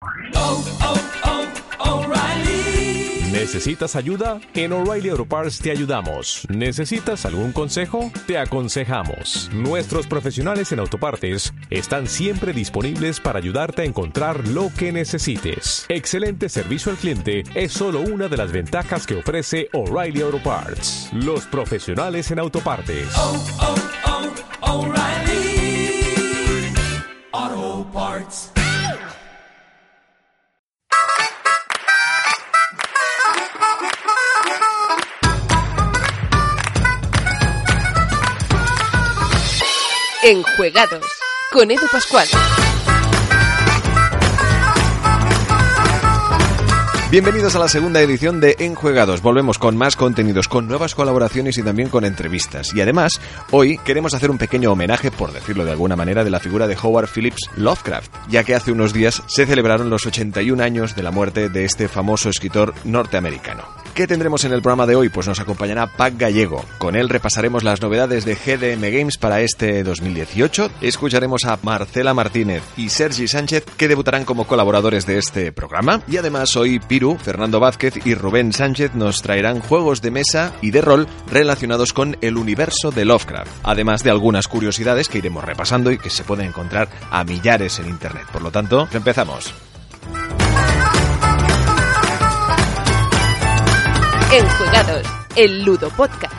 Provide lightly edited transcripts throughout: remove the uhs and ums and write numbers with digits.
¿Necesitas ayuda? En O'Reilly Auto Parts te ayudamos. ¿Necesitas algún consejo? Te aconsejamos. Nuestros profesionales en autopartes están siempre disponibles para ayudarte a encontrar lo que necesites. Excelente servicio al cliente es solo una de las ventajas que ofrece O'Reilly Auto Parts. Los profesionales en autopartes. O'Reilly Auto Parts. Enjuegados, con Edu Pascual. Bienvenidos a la segunda edición de Enjuegados. Volvemos con más contenidos, con nuevas colaboraciones y también con entrevistas. Y además, hoy queremos hacer un pequeño homenaje, por decirlo de alguna manera, de la figura de Howard Phillips Lovecraft, ya que hace unos días se celebraron los 81 años de la muerte de este famoso escritor norteamericano. ¿Qué tendremos en el programa de hoy? Pues nos acompañará Pac Gallego. Con él repasaremos las novedades de GDM Games para este 2018. Escucharemos a Marcela Martínez y Sergi Sánchez, que debutarán como colaboradores de este programa. Y además hoy Piru, Fernando Vázquez y Rubén Sánchez nos traerán juegos de mesa y de rol relacionados con el universo de Lovecraft. Además de algunas curiosidades que iremos repasando y que se pueden encontrar a millares en internet. Por lo tanto, empezamos. Enjuegados, el Ludo Podcast.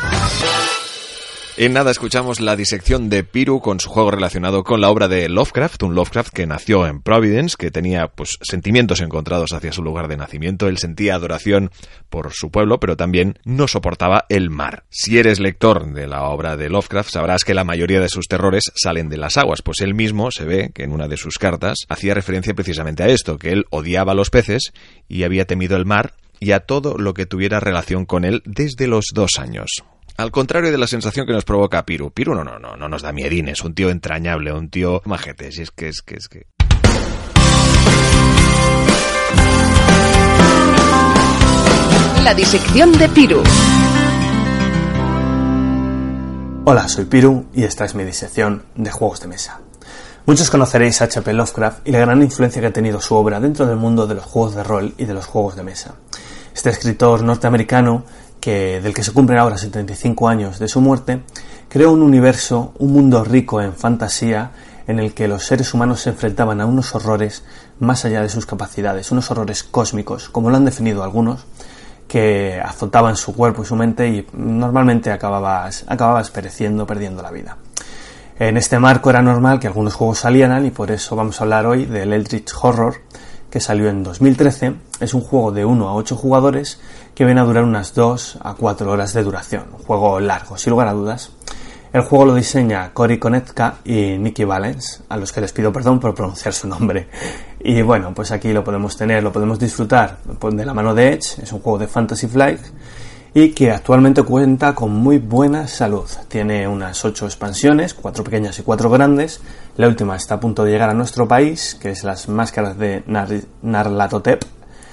En nada escuchamos la disección de Piru con su juego relacionado con la obra de Lovecraft, un Lovecraft que nació en Providence, que tenía sentimientos encontrados hacia su lugar de nacimiento. Él sentía adoración por su pueblo, pero también no soportaba el mar. Si eres lector de la obra de Lovecraft, sabrás que la mayoría de sus terrores salen de las aguas, pues él mismo se ve que en una de sus cartas hacía referencia precisamente a esto, que él odiaba a los peces y había temido el mar y a todo lo que tuviera relación con él desde los 2 años. Al contrario de la sensación que nos provoca Piru. Piru no nos da miedines, un tío entrañable, un tío majete, si es que... La disección de Piru. Hola, soy Piru y esta es mi disección de juegos de mesa. Muchos conoceréis a H.P. Lovecraft y la gran influencia que ha tenido su obra dentro del mundo de los juegos de rol y de los juegos de mesa. Este escritor norteamericano, del que se cumplen ahora 75 años de su muerte, creó un universo, un mundo rico en fantasía, en el que los seres humanos se enfrentaban a unos horrores más allá de sus capacidades, unos horrores cósmicos, como lo han definido algunos, que azotaban su cuerpo y su mente y normalmente acababas pereciendo, perdiendo la vida. En este marco era normal que algunos juegos salieran y por eso vamos a hablar hoy del Eldritch Horror, que salió en 2013. Es un juego de 1 a 8 jugadores que viene a durar unas 2 a 4 horas de duración. Un juego largo, sin lugar a dudas. El juego lo diseña Cory Konetka y Nicky Valens, a los que les pido perdón por pronunciar su nombre. Y bueno, pues aquí lo podemos tener, lo podemos disfrutar de la mano de Edge. Es un juego de Fantasy Flight y que actualmente cuenta con muy buena salud. Tiene unas 8 expansiones, 4 pequeñas y 4 grandes. La última está a punto de llegar a nuestro país, que es Las Máscaras de Nyarlathotep.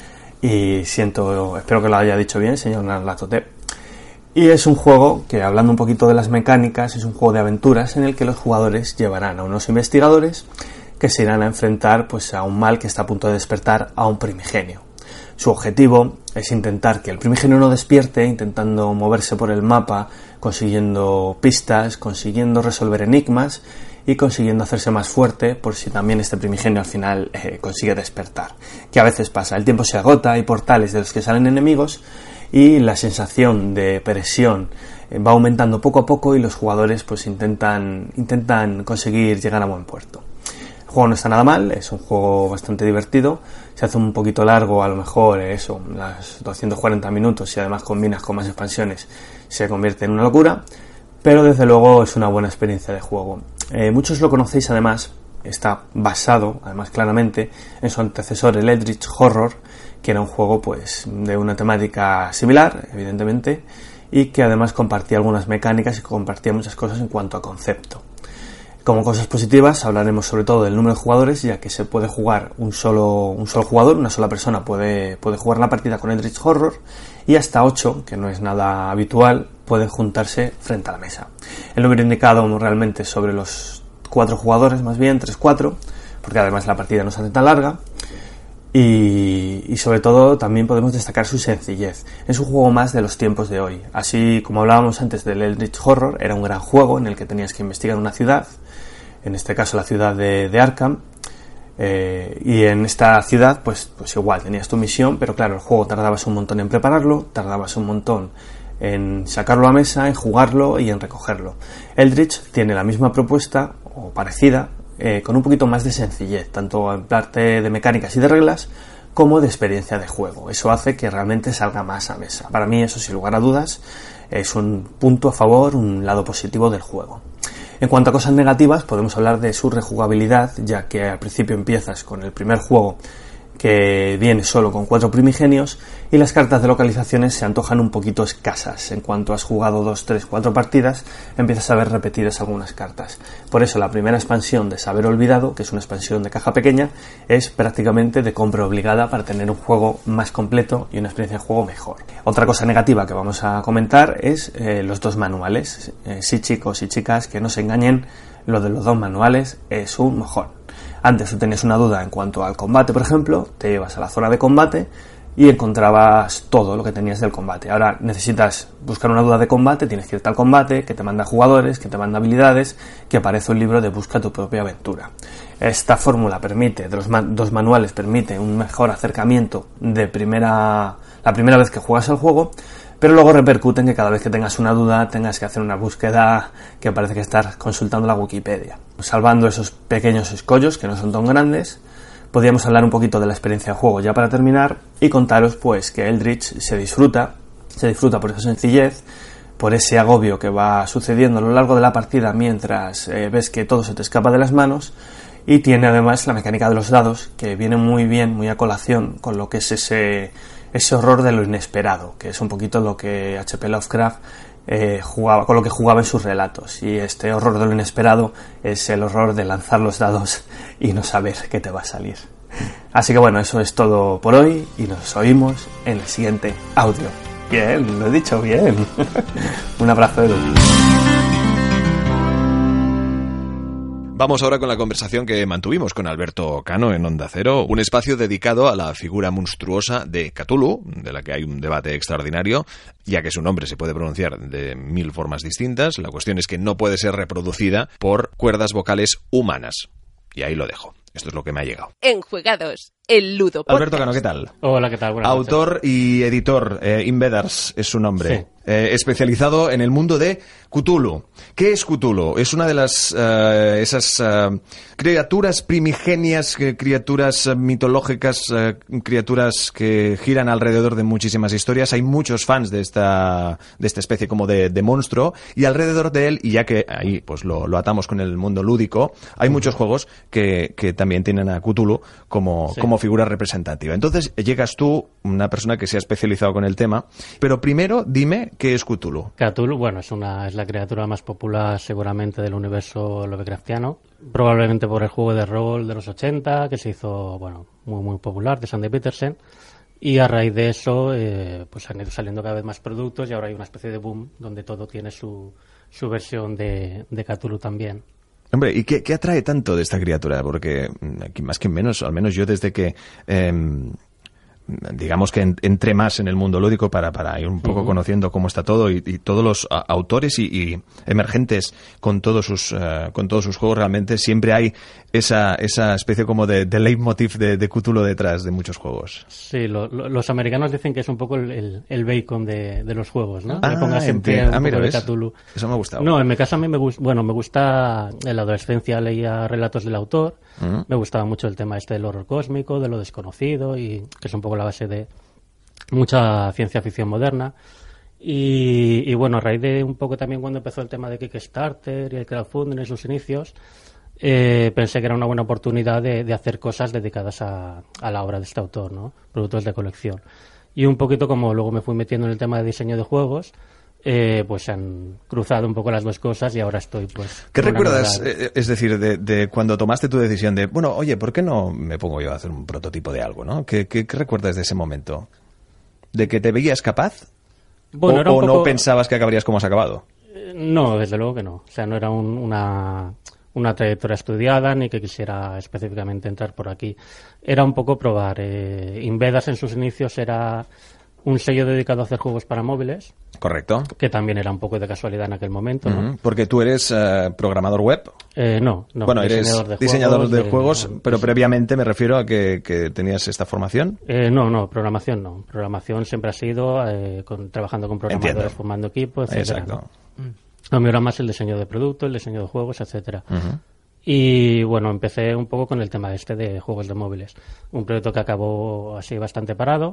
Y espero que lo haya dicho bien, señor Nyarlathotep. Y es un juego que, hablando un poquito de las mecánicas, es un juego de aventuras en el que los jugadores llevarán a unos investigadores que se irán a enfrentar a un mal que está a punto de despertar a un primigenio. Su objetivo es intentar que el primigenio no despierte, intentando moverse por el mapa, consiguiendo pistas, consiguiendo resolver enigmas y consiguiendo hacerse más fuerte por si también este primigenio al final consigue despertar. Que a veces pasa, el tiempo se agota, hay portales de los que salen enemigos y la sensación de presión va aumentando poco a poco y los jugadores intentan conseguir llegar a buen puerto. El juego no está nada mal, es un juego bastante divertido, se hace un poquito largo, a lo mejor las 240 minutos y además combinas con más expansiones, se convierte en una locura, pero desde luego es una buena experiencia de juego. Muchos lo conocéis además, está basado además claramente en su antecesor, el Eldritch Horror, que era un juego de una temática similar, evidentemente, y que además compartía algunas mecánicas y compartía muchas cosas en cuanto a concepto. Como cosas positivas hablaremos sobre todo del número de jugadores, ya que se puede jugar un solo jugador, una sola persona puede jugar la partida con Eldritch Horror, y hasta 8, que no es nada habitual, pueden juntarse frente a la mesa. El número indicado realmente sobre los 4 jugadores, más bien 3-4, porque además la partida no se hace tan larga. y sobre todo también podemos destacar su sencillez. Es un juego más de los tiempos de hoy. Así como hablábamos antes del Eldritch Horror, era un gran juego en el que tenías que investigar una ciudad, en este caso la ciudad de Arkham, y en esta ciudad pues igual tenías tu misión, pero claro, el juego tardabas un montón en prepararlo, tardabas un montón en sacarlo a mesa, en jugarlo y en recogerlo. Eldritch tiene la misma propuesta o parecida, con un poquito más de sencillez, tanto en parte de mecánicas y de reglas como de experiencia de juego. Eso hace que realmente salga más a mesa. Para mí eso, sin lugar a dudas, es un punto a favor, un lado positivo del juego. En cuanto a cosas negativas, podemos hablar de su rejugabilidad, ya que al principio empiezas con el primer juego que viene solo con 4 primigenios y las cartas de localizaciones se antojan un poquito escasas. En cuanto has jugado 2, 3, 4 partidas, empiezas a ver repetidas algunas cartas. Por eso la primera expansión de Saber Olvidado, que es una expansión de caja pequeña, es prácticamente de compra obligada para tener un juego más completo y una experiencia de juego mejor. Otra cosa negativa que vamos a comentar es los 2 manuales. Sí, chicos y chicas, que no se engañen, lo de los 2 manuales es un mojón. Antes tú tenías una duda en cuanto al combate, por ejemplo, te ibas a la zona de combate y encontrabas todo lo que tenías del combate. Ahora necesitas buscar una duda de combate, tienes que irte al combate, que te manda jugadores, que te manda habilidades, que aparece un libro de busca tu propia aventura. Esta fórmula permite, de los 2 manuales, permite un mejor acercamiento de la primera vez que juegas el juego, pero luego repercute en que cada vez que tengas una duda tengas que hacer una búsqueda que parece que estás consultando la Wikipedia. Salvando esos pequeños escollos que no son tan grandes, podríamos hablar un poquito de la experiencia de juego ya para terminar y contaros pues que Eldritch se disfruta por esa sencillez, por ese agobio que va sucediendo a lo largo de la partida mientras ves que todo se te escapa de las manos, y tiene además la mecánica de los dados que viene muy bien, muy a colación con lo que es ese horror de lo inesperado, que es un poquito lo que H.P. Lovecraft con lo que jugaba en sus relatos. Y este horror de lo inesperado es el horror de lanzar los dados y no saber qué te va a salir. Así que bueno, eso es todo por hoy y nos oímos en el siguiente audio. Bien, lo he dicho bien. Un abrazo, Edu. Vamos ahora con la conversación que mantuvimos con Alberto Cano en Onda Cero, un espacio dedicado a la figura monstruosa de Cthulhu, de la que hay un debate extraordinario, ya que su nombre se puede pronunciar de 1000 formas distintas. La cuestión es que no puede ser reproducida por cuerdas vocales humanas. Y ahí lo dejo. Esto es lo que me ha llegado. Enjuegados, el Ludo Podcast. Alberto Cano, ¿qué tal? Hola, ¿qué tal? Buenas Autor noches. y editor, Invedars es su nombre. Sí. Especializado en el mundo de Cthulhu. ¿Qué es Cthulhu? Es una de las esas criaturas primigenias, criaturas mitológicas, criaturas que giran alrededor de muchísimas historias. Hay muchos fans de esta especie como de monstruo, y alrededor de él, y ya que ahí pues lo atamos con el mundo lúdico, hay muchos juegos que también tienen a Cthulhu como figura representativa. Entonces llegas tú, una persona que se ha especializado con el tema, pero primero dime qué es Cthulhu. Cthulhu, bueno, es la criatura más popular seguramente del universo Lovecraftiano, probablemente por el juego de rol de los 80, que se hizo, bueno, muy muy popular, de Sandy Petersen, y a raíz de eso pues han ido saliendo cada vez más productos y ahora hay una especie de boom donde todo tiene su versión de Cthulhu también. Hombre, ¿y qué atrae tanto de esta criatura? Porque aquí más que menos, al menos yo desde que digamos que entré más en el mundo lúdico para ir un poco conociendo cómo está todo, y todos los autores y emergentes con todos sus juegos, realmente siempre hay esa especie como de leitmotiv de Cthulhu detrás de muchos juegos. Sí, los americanos dicen que es un poco el bacon de los juegos, ¿no? Ah, Le ponga siempre un poco de Cthulhu. Eso me ha gustado. No, en mi caso a mí me gusta en la adolescencia leía relatos del autor, me gustaba mucho el tema del horror cósmico, de lo desconocido, y que es un poco la base de mucha ciencia ficción moderna. Y bueno, a raíz de un poco también cuando empezó el tema de Kickstarter y el crowdfunding en sus inicios, pensé que era una buena oportunidad de hacer cosas dedicadas a la obra de este autor, ¿no? Productos de colección. Y un poquito como luego me fui metiendo en el tema de diseño de juegos, pues se han cruzado un poco las dos cosas y ahora estoy pues... ¿Qué recuerdas, es decir, de cuando tomaste tu decisión de, bueno, oye, ¿por qué no me pongo yo a hacer un prototipo de algo, ¿no? ¿Qué recuerdas de ese momento? ¿De que te veías capaz? Bueno, era un poco... ¿No pensabas que acabarías como has acabado? No, desde luego que no. O sea, no era un una trayectoria estudiada ni que quisiera específicamente entrar por aquí. Era un poco probar. Invedas en sus inicios era un sello dedicado a hacer juegos para móviles. Correcto. Que también era un poco de casualidad en aquel momento, ¿no? Porque tú eres programador web. No. Bueno, eres diseñador de juegos, pero previamente me refiero a que tenías esta formación. No, programación no. Programación siempre ha sido trabajando con programadores, formando equipos, etcétera. Exacto. ¿No? A mí era más el diseño de producto, el diseño de juegos, etcétera. Y bueno, empecé un poco con el tema de juegos de móviles. Un proyecto que acabó así bastante parado.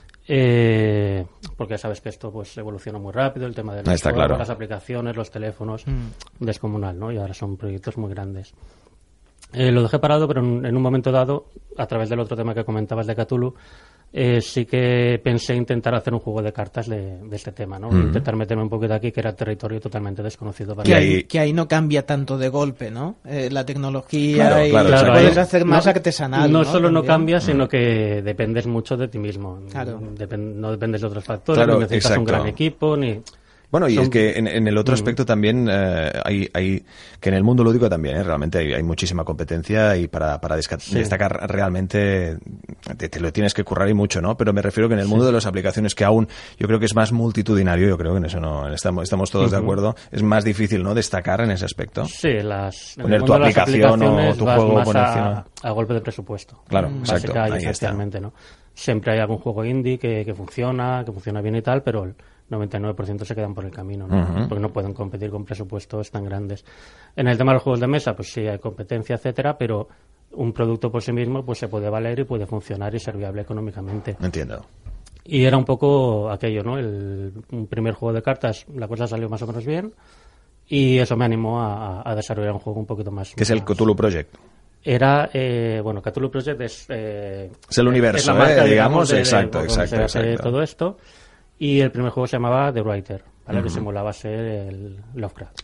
Porque ya sabes que esto pues evoluciona muy rápido, el tema de los juegos, las aplicaciones, los teléfonos, descomunal, ¿no? Y ahora son proyectos muy grandes. Lo dejé parado, pero en un momento dado, a través del otro tema que comentabas de Cthulhu, sí que pensé intentar hacer un juego de cartas de este tema, ¿no? Intentar meterme un poquito aquí, que era territorio totalmente desconocido para mí. Que ahí no cambia tanto de golpe, ¿no? La tecnología claro, puedes hacer más artesanal. No solo no cambia, sino que dependes mucho de ti mismo. Claro. No dependes de otros factores, ni necesitas un gran equipo, ni... Bueno, y es que en el otro aspecto también hay que en el mundo lúdico también realmente hay muchísima competencia y para destacar realmente te lo tienes que currar y mucho, ¿no? Pero me refiero que en el mundo de las aplicaciones, que aún yo creo que es más multitudinario, yo creo que en eso no estamos todos de acuerdo, es más difícil, ¿no?, destacar en ese aspecto. Sí, poner tu aplicación o tu juego a golpe de presupuesto. Claro, exacto. Ahí esencialmente, ¿no? Siempre hay algún juego indie que funciona bien y tal, pero el 99% se quedan por el camino, ¿no? Porque no pueden competir con presupuestos tan grandes. En el tema de los juegos de mesa, pues sí hay competencia, etcétera, pero un producto por sí mismo pues se puede valer y puede funcionar y ser viable económicamente. Entiendo. Y era un poco aquello, ¿no? Un primer juego de cartas, la cosa salió más o menos bien y eso me animó a desarrollar un juego un poquito más. ¿Qué es el Cthulhu Project? Era, Cthulhu Project es el universo, es la marca, digamos, exacto. Exacto. Todo esto. Y el primer juego se llamaba The Writer, ¿vale? Que simulaba ser el Lovecraft.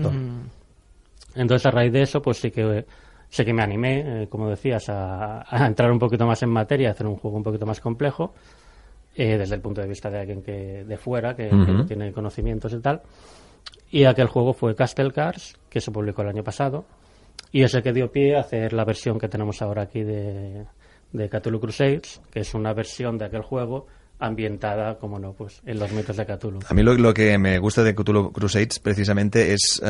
Entonces, a raíz de eso, pues sí que me animé, como decías, a entrar un poquito más en materia, a hacer un juego un poquito más complejo, desde el punto de vista de alguien de fuera, que no tiene conocimientos y tal. Y aquel juego fue Castle Cars, que se publicó el año pasado, y es el que dio pie a hacer la versión que tenemos ahora aquí de Cthulhu Crusades, que es una versión de aquel juego ambientada, como no, pues en los mitos de Cthulhu. A mí lo que me gusta de Cthulhu Crusades precisamente es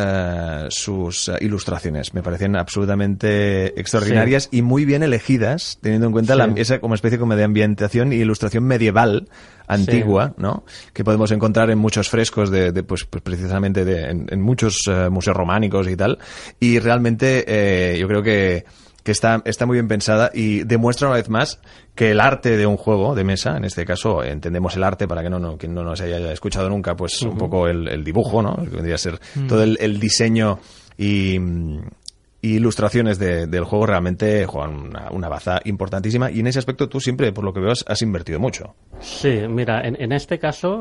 sus ilustraciones. Me parecen absolutamente extraordinarias y muy bien elegidas, teniendo en cuenta esa como especie como de ambientación e ilustración medieval antigua, ¿no? Que podemos encontrar en muchos frescos pues precisamente en muchos museos románicos y tal. Y realmente yo creo que está muy bien pensada y demuestra una vez más que el arte de un juego de mesa, en este caso entendemos el arte, para quien no nos haya escuchado nunca, pues un poco el dibujo, ¿no? Que vendría a ser todo el diseño y ilustraciones del juego, realmente juegan una baza importantísima, y en ese aspecto tú siempre, por lo que veo, has invertido mucho. Sí, mira, en este caso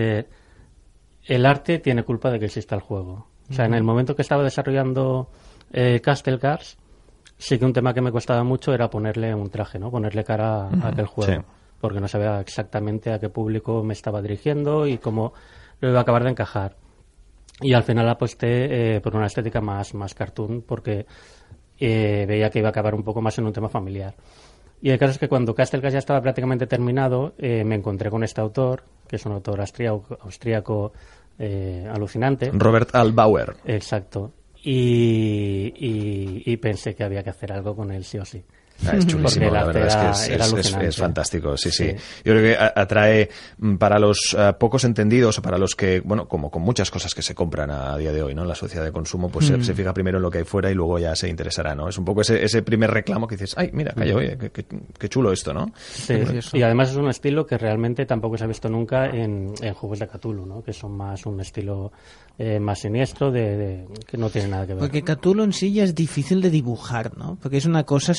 el arte tiene culpa de que exista el juego. O sea, en el momento que estaba desarrollando Castle Cars, sí que un tema que me costaba mucho era ponerle un traje, ¿no? Ponerle cara a aquel juego. Sí. Porque no sabía exactamente a qué público me estaba dirigiendo y cómo lo iba a acabar de encajar. Y al final aposté por una estética más cartoon, porque veía que iba a acabar un poco más en un tema familiar. Y el caso es que cuando Castle Cars ya estaba prácticamente terminado, me encontré con este autor, que es un autor austríaco alucinante. Robert Albauer. Exacto. Y pensé que había que hacer algo con él sí o sí. Es chulísimo, la verdad es que es fantástico, sí. Yo creo que atrae para los pocos entendidos, o para los que, bueno, como con muchas cosas que se compran a día de hoy, ¿no? En la sociedad de consumo, pues se fija primero en lo que hay fuera y luego ya se interesará, ¿no? Es un poco ese primer reclamo que dices, ay, mira, calla, oye, qué chulo esto, ¿no? Sí, y además es un estilo que realmente tampoco se ha visto nunca en juegos de Cthulhu, ¿no? Que son más un estilo más siniestro, que no tiene nada que ver. Porque Cthulhu en sí ya es difícil de dibujar, ¿no? Porque es una cosa así como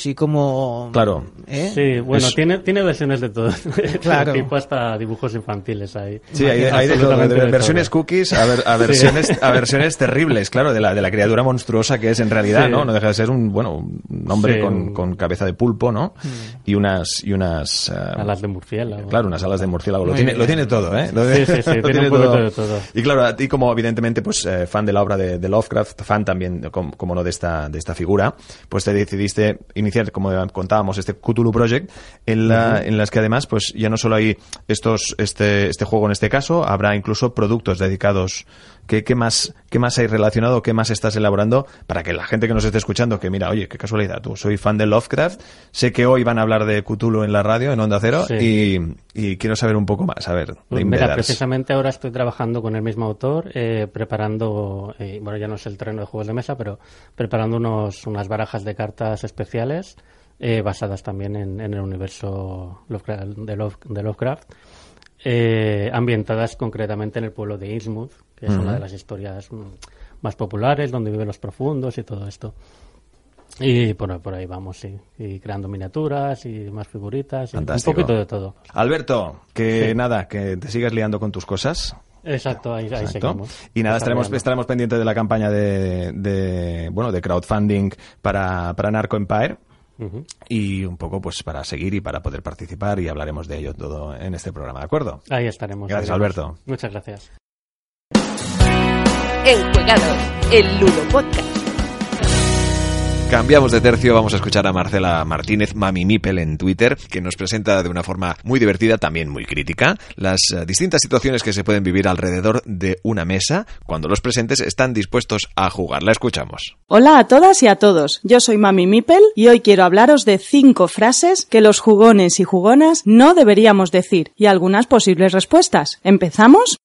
como... Claro. Sí, bueno, tiene versiones de todo. Claro. Tipo hasta dibujos infantiles ahí. Sí, hay de todo, de versiones cookies a versiones terribles, claro, de la criatura monstruosa que es en realidad, Sí. ¿no? No deja de ser un hombre Sí, con cabeza de pulpo, ¿no? Y unas alas de murciélago. Claro, unas alas de murciélago. Lo Muy tiene todo, ¿eh? Sí, tiene un poquito de todo. Y claro, a ti como evidentemente pues fan de la obra de Lovecraft, fan también, como no, de esta figura, pues te decidiste iniciar, como contábamos, este Cthulhu Project, en las que además pues ya no solo hay este juego en este caso, habrá incluso productos dedicados. ¿Qué más hay relacionado? ¿Qué más estás elaborando para que la gente que nos esté escuchando, que mira, oye, qué casualidad, tú soy fan de Lovecraft, sé que hoy van a hablar de Cthulhu en la radio, en Onda Cero, Sí. y quiero saber un poco más, a ver, Pues de mira, Invaders. precisamente ahora estoy trabajando con el mismo autor, preparando, bueno, ya no es el terreno de juegos de mesa, pero preparando unas barajas de cartas especiales basadas también en el universo de Lovecraft, ambientadas concretamente en el pueblo de Innsmouth, que es una de las historias más populares, donde viven los profundos y todo esto. Y por ahí vamos, sí. Y creando miniaturas y más figuritas. Y un Fantástico. poquito de todo. Alberto, que Sí. nada, que te sigas liando con tus cosas. Exacto, ahí Exacto. seguimos. Y nada, Desarrollando. estaremos pendientes de la campaña de crowdfunding para Narco Empire. Ujú. Y un poco pues para seguir y para poder participar, y hablaremos de ello todo en este programa, ¿de acuerdo? Ahí estaremos. Gracias, ahí vamos. Alberto. Muchas gracias. Enjuegados, el Ludo Podcast. Cambiamos de tercio, vamos a escuchar a Marcela Martínez, Mami Mipel en Twitter, que nos presenta de una forma muy divertida, también muy crítica, las distintas situaciones que se pueden vivir alrededor de una mesa cuando los presentes están dispuestos a jugar. La escuchamos. Hola a todas y a todos, yo soy Mami Mipel y hoy quiero hablaros de 5 frases que los jugones y jugonas no deberíamos decir y algunas posibles respuestas. ¿Empezamos?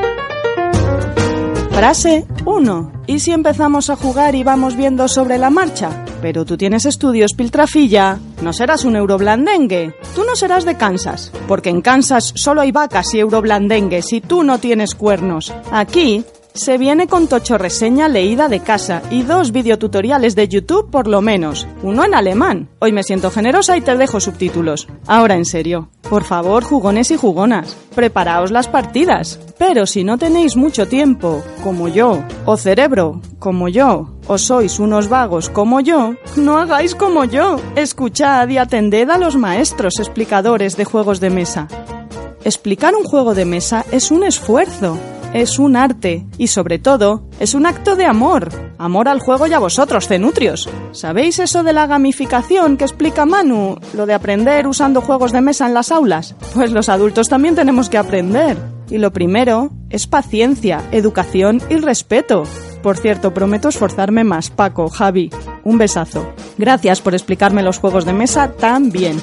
Frase 1. ¿Y si empezamos a jugar y vamos viendo sobre la marcha? Pero tú tienes estudios, piltrafilla. No serás un euroblandengue. Tú no serás de Kansas, porque en Kansas solo hay vacas y euroblandengues y tú no tienes cuernos. Aquí se viene con tochorreseña leída de casa y 2 videotutoriales de YouTube por lo menos. Uno en alemán. Hoy me siento generosa y te dejo subtítulos. Ahora en serio. Por favor, jugones y jugonas, preparaos las partidas. Pero si no tenéis mucho tiempo, como yo, o cerebro, como yo, o sois unos vagos como yo, no hagáis como yo. Escuchad y atended a los maestros explicadores de juegos de mesa. Explicar un juego de mesa es un esfuerzo. Es un arte y, sobre todo, es un acto de amor. Amor al juego y a vosotros, cenutrios. ¿Sabéis eso de la gamificación que explica Manu? Lo de aprender usando juegos de mesa en las aulas. Pues los adultos también tenemos que aprender. Y lo primero es paciencia, educación y respeto. Por cierto, prometo esforzarme más, Paco, Javi. Un besazo. Gracias por explicarme los juegos de mesa tan bien.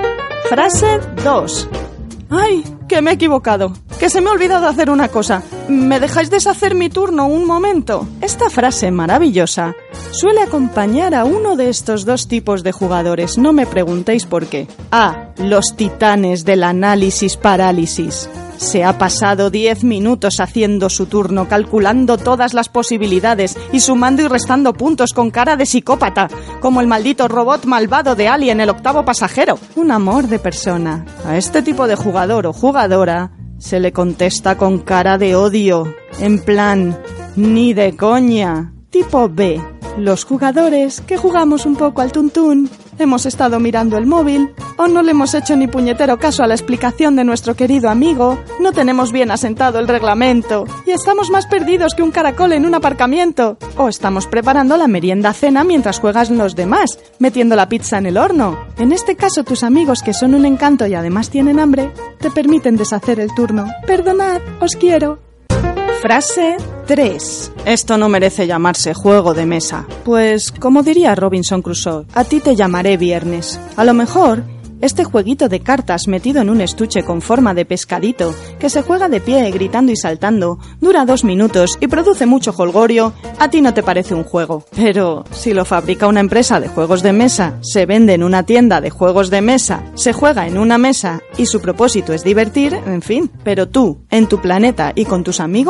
Frase 2. ¡Ay! Que me he equivocado. Que se me ha olvidado hacer una cosa. ¿Me dejáis deshacer mi turno un momento? Esta frase maravillosa suele acompañar a uno de estos 2 tipos de jugadores. No me preguntéis por qué. A. Los titanes del análisis parálisis. Se ha pasado 10 minutos haciendo su turno, calculando todas las posibilidades y sumando y restando puntos con cara de psicópata, como el maldito robot malvado de Alien, el 8º pasajero. Un amor de persona. A este tipo de jugador o jugadora se le contesta con cara de odio, en plan, ni de coña. Tipo B. Los jugadores que jugamos un poco al tuntún, hemos estado mirando el móvil, o no le hemos hecho ni puñetero caso a la explicación de nuestro querido amigo, no tenemos bien asentado el reglamento, y estamos más perdidos que un caracol en un aparcamiento, o estamos preparando la merienda cena mientras juegan los demás, metiendo la pizza en el horno. En este caso, tus amigos, que son un encanto y además tienen hambre, te permiten deshacer el turno. Perdonad, os quiero. Frase 3. Esto no merece llamarse juego de mesa. Pues, como diría Robinson Crusoe, a ti te llamaré viernes. A lo mejor, este jueguito de cartas metido en un estuche con forma de pescadito, que se juega de pie, gritando y saltando, dura 2 minutos y produce mucho jolgorio, a ti no te parece un juego. Pero, si lo fabrica una empresa de juegos de mesa, se vende en una tienda de juegos de mesa, se juega en una mesa y su propósito es divertir, en fin. Pero tú, en tu planeta y con tus amigos,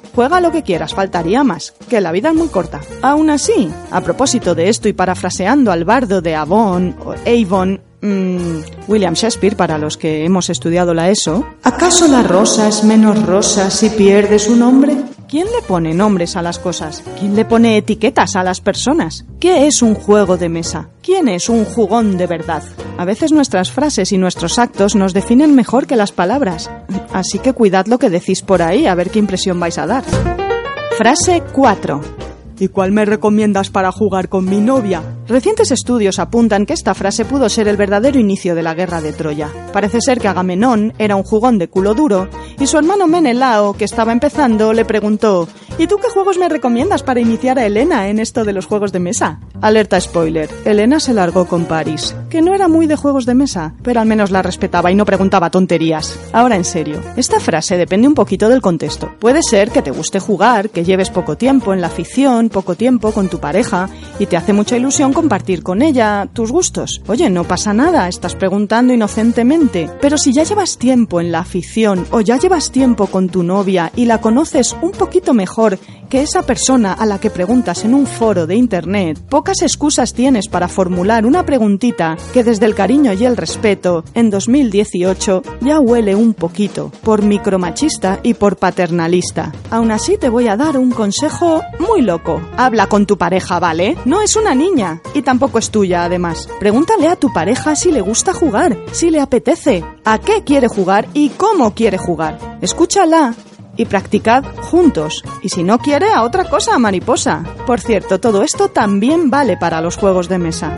Juega lo que quieras, faltaría más, que la vida es muy corta. Aún así, a propósito de esto y parafraseando al bardo de Avon o Avon, William Shakespeare, para los que hemos estudiado la ESO, ¿acaso la rosa es menos rosa si pierde su nombre? ¿Quién le pone nombres a las cosas? ¿Quién le pone etiquetas a las personas? ¿Qué es un juego de mesa? ¿Quién es un jugón de verdad? A veces nuestras frases y nuestros actos nos definen mejor que las palabras. Así que cuidad lo que decís por ahí, a ver qué impresión vais a dar. Frase 4. ¿Y cuál me recomiendas para jugar con mi novia? Recientes estudios apuntan que esta frase pudo ser el verdadero inicio de la guerra de Troya. Parece ser que Agamenón era un jugón de culo duro y su hermano Menelao, que estaba empezando, le preguntó: ¿y tú qué juegos me recomiendas para iniciar a Helena en esto de los juegos de mesa? Alerta spoiler, Helena se largó con Paris, que no era muy de juegos de mesa, pero al menos la respetaba y no preguntaba tonterías. Ahora en serio, esta frase depende un poquito del contexto. Puede ser que te guste jugar, que lleves poco tiempo en la afición, poco tiempo con tu pareja y te hace mucha ilusión compartir con ella tus gustos. Oye, no pasa nada, estás preguntando inocentemente, pero si ya llevas tiempo en la afición o ya llevas tiempo con tu novia y la conoces un poquito mejor que esa persona a la que preguntas en un foro de internet, pocas excusas tienes para formular una preguntita que desde el cariño y el respeto, en 2018, ya huele un poquito por micromachista y por paternalista. Aún así te voy a dar un consejo muy loco. Habla con tu pareja, ¿vale? No es una niña y tampoco es tuya, además. Pregúntale a tu pareja si le gusta jugar, si le apetece, a qué quiere jugar y cómo quiere jugar. Escúchala y practicad juntos. Y si no quiere, a otra cosa, mariposa. Por cierto, todo esto también vale para los juegos de mesa.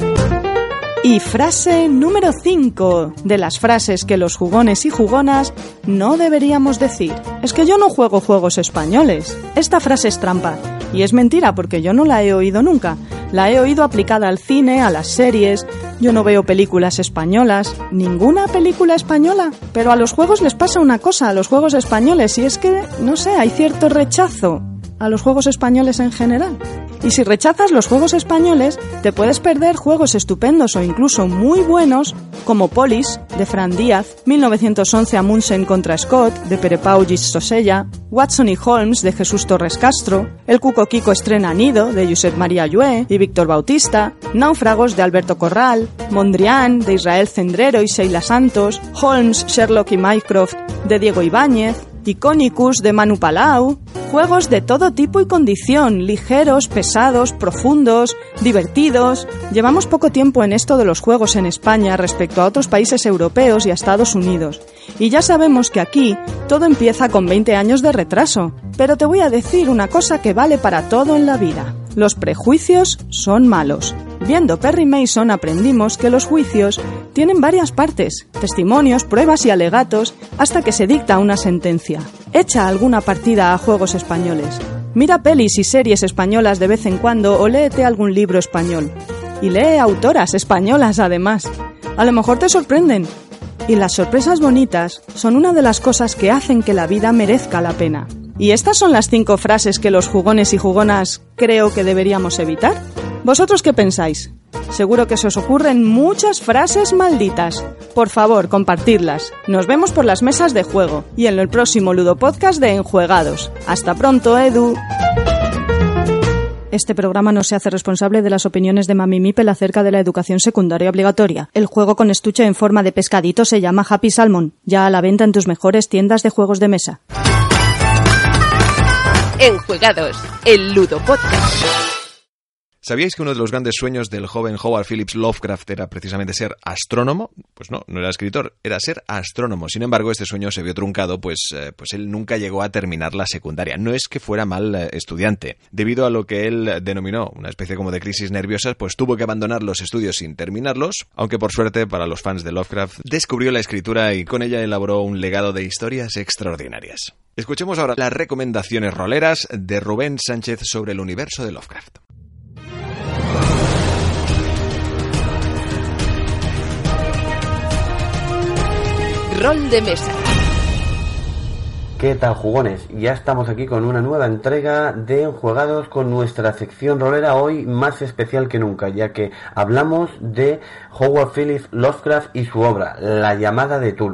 Y frase número 5 de las frases que los jugones y jugonas no deberíamos decir. Es que yo no juego juegos españoles. Esta frase es trampa. Y es mentira porque yo no la he oído nunca. La he oído aplicada al cine, a las series. Yo no veo películas españolas. Ninguna película española. Pero a los juegos les pasa una cosa, a los juegos españoles. Y es que, no sé, hay cierto rechazo a los juegos españoles en general. Y si rechazas los juegos españoles, te puedes perder juegos estupendos o incluso muy buenos, como Polis, de Fran Díaz, 1911 Amundsen contra Scott, de Pere Pau i Sosella, Watson y Holmes, de Jesús Torres Castro, El Cuco Quico estrena Nido, de Josep María Llué y Víctor Bautista, Náufragos, de Alberto Corral, Mondrian, de Israel Cendrero y Sheila Santos, Holmes, Sherlock y Mycroft, de Diego Ibáñez, Iconicus, de Manu Palau. Juegos de todo tipo y condición, ligeros, pesados, profundos, divertidos. Llevamos poco tiempo en esto de los juegos en España respecto a otros países europeos y a Estados Unidos. Y ya sabemos que aquí todo empieza con 20 años de retraso. Pero te voy a decir una cosa que vale para todo en la vida. Los prejuicios son malos. Viendo Perry Mason aprendimos que los juicios tienen varias partes, testimonios, pruebas y alegatos, hasta que se dicta una sentencia. Echa alguna partida a juegos españoles. Mira pelis y series españolas de vez en cuando o léete algún libro español. Y lee autoras españolas además. A lo mejor te sorprenden. Y las sorpresas bonitas son una de las cosas que hacen que la vida merezca la pena. ¿Y estas son las 5 frases que los jugones y jugonas creo que deberíamos evitar? ¿Vosotros qué pensáis? Seguro que se os ocurren muchas frases malditas. Por favor, compartidlas. Nos vemos por las mesas de juego y en el próximo Ludo Podcast de Enjuegados. Hasta pronto, Edu. Este programa no se hace responsable de las opiniones de Mami Mipel acerca de la educación secundaria obligatoria. El juego con estuche en forma de pescadito se llama Happy Salmon, ya a la venta en tus mejores tiendas de juegos de mesa. Enjuegados, el Ludo Podcast. ¿Sabíais que uno de los grandes sueños del joven Howard Phillips Lovecraft era precisamente ser astrónomo? Pues no era escritor, era ser astrónomo. Sin embargo, este sueño se vio truncado, pues él nunca llegó a terminar la secundaria. No es que fuera mal estudiante. Debido a lo que él denominó una especie como de crisis nerviosa, pues tuvo que abandonar los estudios sin terminarlos, aunque por suerte para los fans de Lovecraft descubrió la escritura y con ella elaboró un legado de historias extraordinarias. Escuchemos ahora las recomendaciones roleras de Rubén Sánchez sobre el universo de Lovecraft. Rol de mesa. ¿Qué tal, jugones? Ya estamos aquí con una nueva entrega de Enjuegados con nuestra sección rolera, hoy más especial que nunca, ya que hablamos de Howard Phillips Lovecraft y su obra, La llamada de Tulu.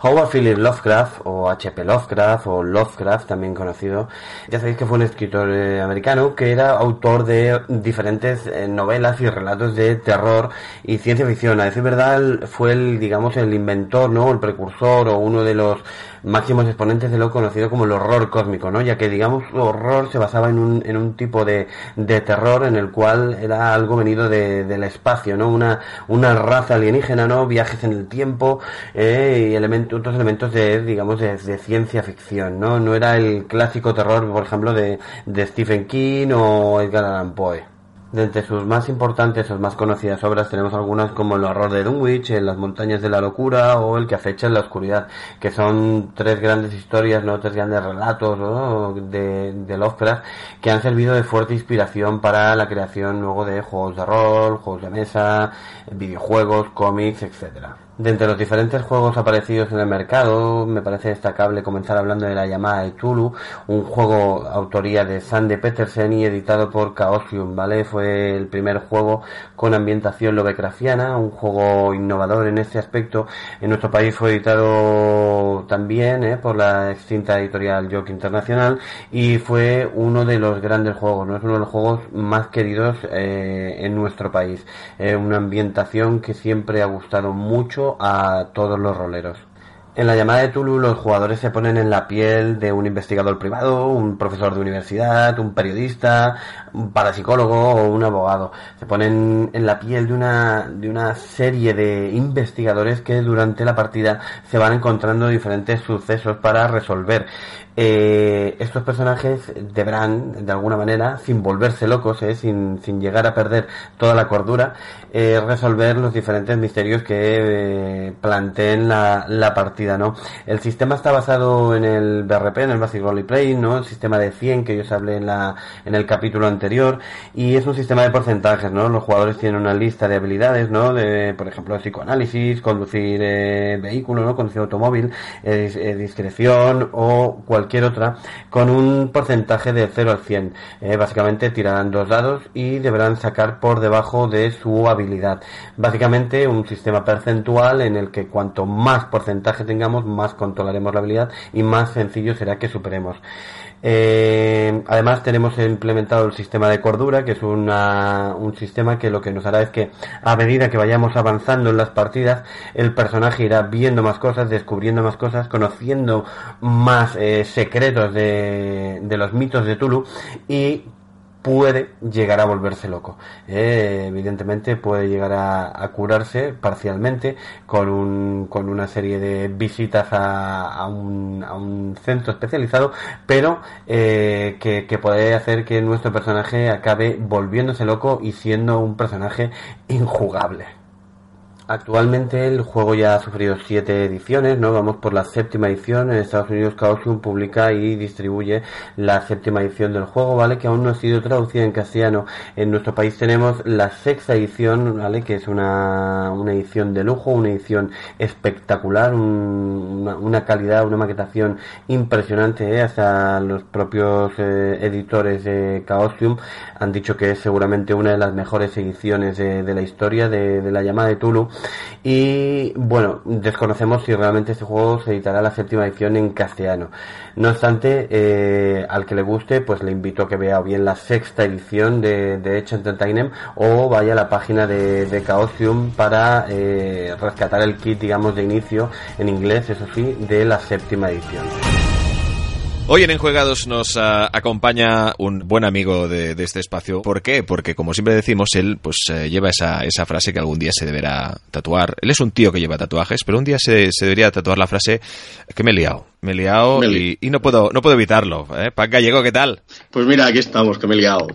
Howard Phillips Lovecraft, o H.P. Lovecraft, o Lovecraft también conocido, ya sabéis que fue un escritor americano que era autor de diferentes novelas y relatos de terror y ciencia ficción. A decir verdad, fue el inventor, ¿no? El precursor o uno de los máximos exponentes de lo conocido como el horror cósmico, ¿no? Ya que, digamos, el horror se basaba en un tipo de terror en el cual era algo venido del espacio, ¿no? Una raza alienígena, ¿no? Viajes en el tiempo, y otros elementos de ciencia ficción, ¿no? No era el clásico terror, por ejemplo, de Stephen King o Edgar Allan Poe. De entre sus más importantes o más conocidas obras tenemos algunas como El horror de Dunwich, En las montañas de la locura o El que acecha en la oscuridad, que son tres grandes historias, no tres grandes relatos, ¿no? de Lovecraft, que han servido de fuerte inspiración para la creación luego de juegos de rol, juegos de mesa, videojuegos, cómics, etcétera. De entre los diferentes juegos aparecidos en el mercado, me parece destacable comenzar hablando de La llamada de Cthulhu, un juego autoría de Sande Petersen y editado por Chaosium, ¿vale? Fue el primer juego con ambientación lovecraftiana, un juego innovador en este aspecto. En nuestro país fue editado también por la extinta editorial York Internacional y fue uno de los grandes juegos, ¿no? Es uno de los juegos más queridos en nuestro país. Una ambientación que siempre ha gustado mucho a todos los roleros. En La llamada de Cthulhu los jugadores se ponen en la piel de un investigador privado, un profesor de universidad, un periodista, un parapsicólogo o un abogado. Se ponen en la piel de una serie de investigadores que durante la partida se van encontrando diferentes sucesos para resolver. Estos personajes deberán, de alguna manera, sin volverse locos, sin llegar a perder toda la cordura, resolver los diferentes misterios que planteen la partida, ¿no? El sistema está basado en el BRP, en el Basic Role Playing, ¿no? El sistema de 100 que yo os hablé en el capítulo anterior, y es un sistema de porcentajes, ¿no? Los jugadores tienen una lista de habilidades, ¿no? Por ejemplo, psicoanálisis, conducir vehículo, ¿no? Conducir automóvil, discreción o cualquier otra, con un porcentaje de 0 al 100. Básicamente tirarán 2 dados y deberán sacar por debajo de su habilidad. Básicamente un sistema percentual en el que cuanto más porcentaje tengamos, más controlaremos la habilidad y más sencillo será que superemos. Además tenemos implementado el sistema de cordura, que es un sistema que lo que nos hará es que a medida que vayamos avanzando en las partidas, el personaje irá viendo más cosas, descubriendo más cosas, conociendo más secretos de los mitos de Cthulhu y puede llegar a volverse loco. Evidentemente puede llegar a curarse parcialmente con una serie de visitas a un centro especializado, pero que puede hacer que nuestro personaje acabe volviéndose loco y siendo un personaje injugable. Actualmente el juego ya ha sufrido 7 ediciones, ¿no? Vamos por la 7ª edición. En Estados Unidos Chaosium publica y distribuye la 7ª edición del juego, ¿vale? Que aún no ha sido traducida en castellano. En nuestro país tenemos la 6ª edición, ¿vale? Que es una edición de lujo, una edición espectacular, una calidad, una maquetación impresionante, Hasta los propios editores de Chaosium han dicho que es seguramente una de las mejores ediciones de la historia de La llamada de Cthulhu. Y bueno, desconocemos si realmente este juego se editará la 7ª edición en castellano. No obstante, al que le guste, pues le invito a que vea o bien la 6ª edición de Edge Entertainment o vaya a la página de Chaosium para rescatar el kit, digamos, de inicio en inglés, eso sí, de la 7ª edición. Hoy en Enjuegados nos acompaña un buen amigo de este espacio. ¿Por qué? Porque, como siempre decimos, él pues lleva esa frase que algún día se deberá tatuar. Él es un tío que lleva tatuajes, pero un día se debería tatuar la frase que me he liado y no puedo evitarlo. Pac Gallego, ¿qué tal? Pues mira, aquí estamos, que me he liado.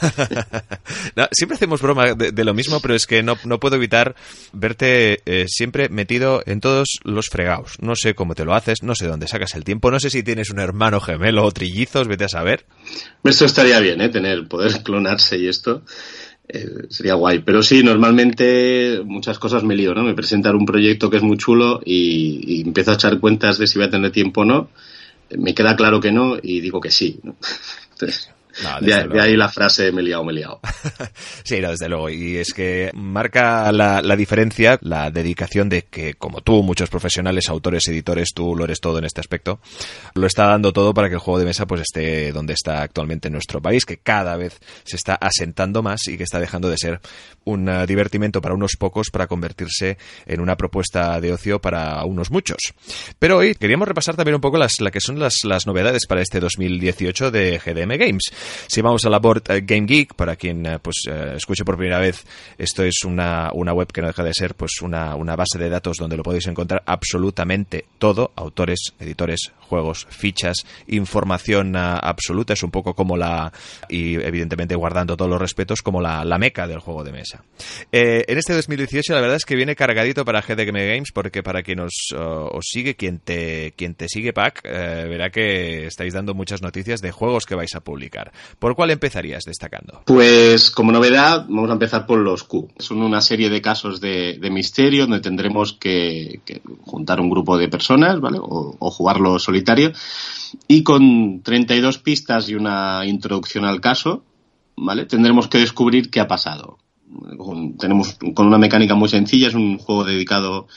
No, siempre hacemos broma de lo mismo, pero es que no puedo evitar verte siempre metido en todos los fregados. No sé cómo te lo haces, no sé de dónde sacas el tiempo, no sé si tienes un hermano gemelo o trillizos, vete a saber. Esto estaría bien, poder clonarse y esto. Sería guay, pero sí, normalmente muchas cosas me lío, ¿no? Me presentan un proyecto que es muy chulo y empiezo a echar cuentas de si voy a tener tiempo o no. Me queda claro que no y digo que sí, ¿no? Entonces, De ahí la frase me he liado. Sí, no, desde luego. Y es que marca la diferencia, la dedicación de que, como tú, muchos profesionales, autores, editores, tú lo eres todo en este aspecto, lo está dando todo para que el juego de mesa pues esté donde está actualmente en nuestro país, que cada vez se está asentando más y que está dejando de ser un divertimento para unos pocos para convertirse en una propuesta de ocio para unos muchos. Pero hoy queríamos repasar también un poco las novedades para este 2018 de GDM Games. Si vamos a la Board Game Geek, para quien escuche por primera vez, esto es una web que no deja de ser pues una base de datos donde lo podéis encontrar absolutamente todo, autores, editores, juegos, fichas, información absoluta. Es un poco como y evidentemente guardando todos los respetos, como la meca del juego de mesa. En este 2018 la verdad es que viene cargadito para GDM Games, porque para quien os sigue, quien te sigue, Pac, verá que estáis dando muchas noticias de juegos que vais a publicar. ¿Por cuál empezarías destacando? Pues como novedad vamos a empezar por los Q. Son una serie de casos de misterio donde tendremos que juntar un grupo de personas, ¿vale? O jugarlo solitario, y con 32 pistas y una introducción al caso, ¿vale? Tendremos que descubrir qué ha pasado. Tenemos con una mecánica muy sencilla, es un juego dedicado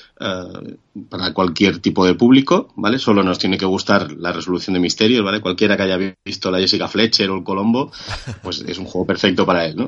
para cualquier tipo de público, ¿vale? Solo nos tiene que gustar la resolución de misterios, ¿vale? Cualquiera que haya visto la Jessica Fletcher o el Colombo, pues es un juego perfecto para él, ¿no?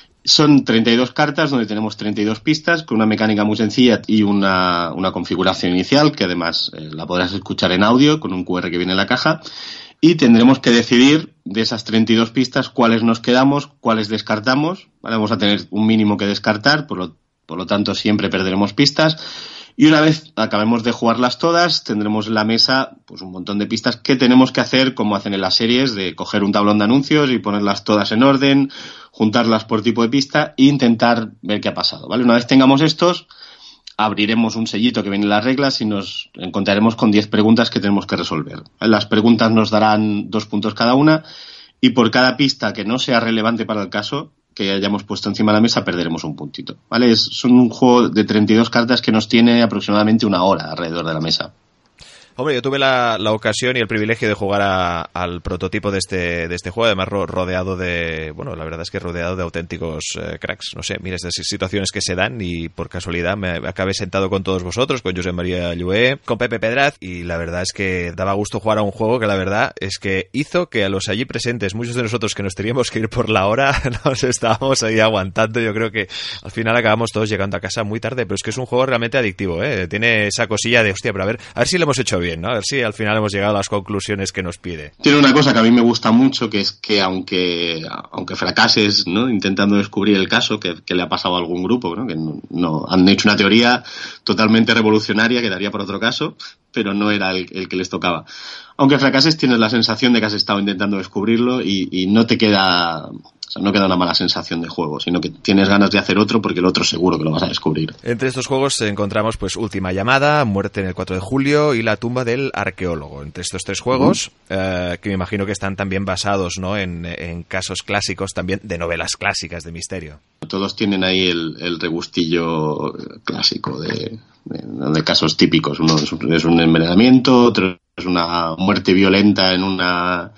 Son 32 cartas donde tenemos 32 pistas con una mecánica muy sencilla y una configuración inicial que además la podrás escuchar en audio con un QR que viene en la caja, y tendremos que decidir de esas 32 pistas cuáles nos quedamos, cuáles descartamos, ¿vale? Vamos a tener un mínimo que descartar, por lo tanto siempre perderemos pistas. Y una vez acabemos de jugarlas todas, tendremos en la mesa pues un montón de pistas que tenemos que hacer, como hacen en las series, de coger un tablón de anuncios y ponerlas todas en orden, juntarlas por tipo de pista e intentar ver qué ha pasado, ¿vale? Una vez tengamos estos, abriremos un sellito que viene en las reglas y nos encontraremos con 10 preguntas que tenemos que resolver. Las preguntas nos darán 2 puntos cada una, y por cada pista que no sea relevante para el caso que hayamos puesto encima de la mesa, perderemos un puntito, ¿vale? Son un juego de 32 cartas que nos tiene aproximadamente una hora alrededor de la mesa. Hombre, yo tuve la ocasión y el privilegio de jugar al prototipo de este juego, además rodeado de, bueno, la verdad es que rodeado de auténticos cracks. No sé, mira, estas situaciones que se dan, y por casualidad me acabé sentado con todos vosotros, con Josep María Llué, con Pepe Pedraz, y la verdad es que daba gusto jugar a un juego que la verdad es que hizo que a los allí presentes, muchos de nosotros que nos teníamos que ir por la hora, nos estábamos ahí aguantando. Yo creo que al final acabamos todos llegando a casa muy tarde, pero es que es un juego realmente adictivo, ¿eh? Tiene esa cosilla de, hostia, pero a ver si lo hemos hecho bien, ¿no? A ver si al final hemos llegado a las conclusiones que nos pide. Tiene una cosa que a mí me gusta mucho, que es que aunque fracases, ¿no?, intentando descubrir el caso, que le ha pasado a algún grupo, ¿no?, que no han hecho una teoría totalmente revolucionaria que daría por otro caso, pero no era el que les tocaba. Aunque fracases, tienes la sensación de que has estado intentando descubrirlo y no te queda... O sea, no queda una mala sensación de juego, sino que tienes ganas de hacer otro porque el otro seguro que lo vas a descubrir. Entre estos juegos encontramos pues Última Llamada, Muerte en el 4 de julio y La tumba del arqueólogo. Entre estos 3 juegos, que me imagino que están también basados, ¿no?, en casos clásicos también de novelas clásicas de misterio. Todos tienen ahí el regustillo clásico de casos típicos. Uno es un envenenamiento, otro es una muerte violenta en una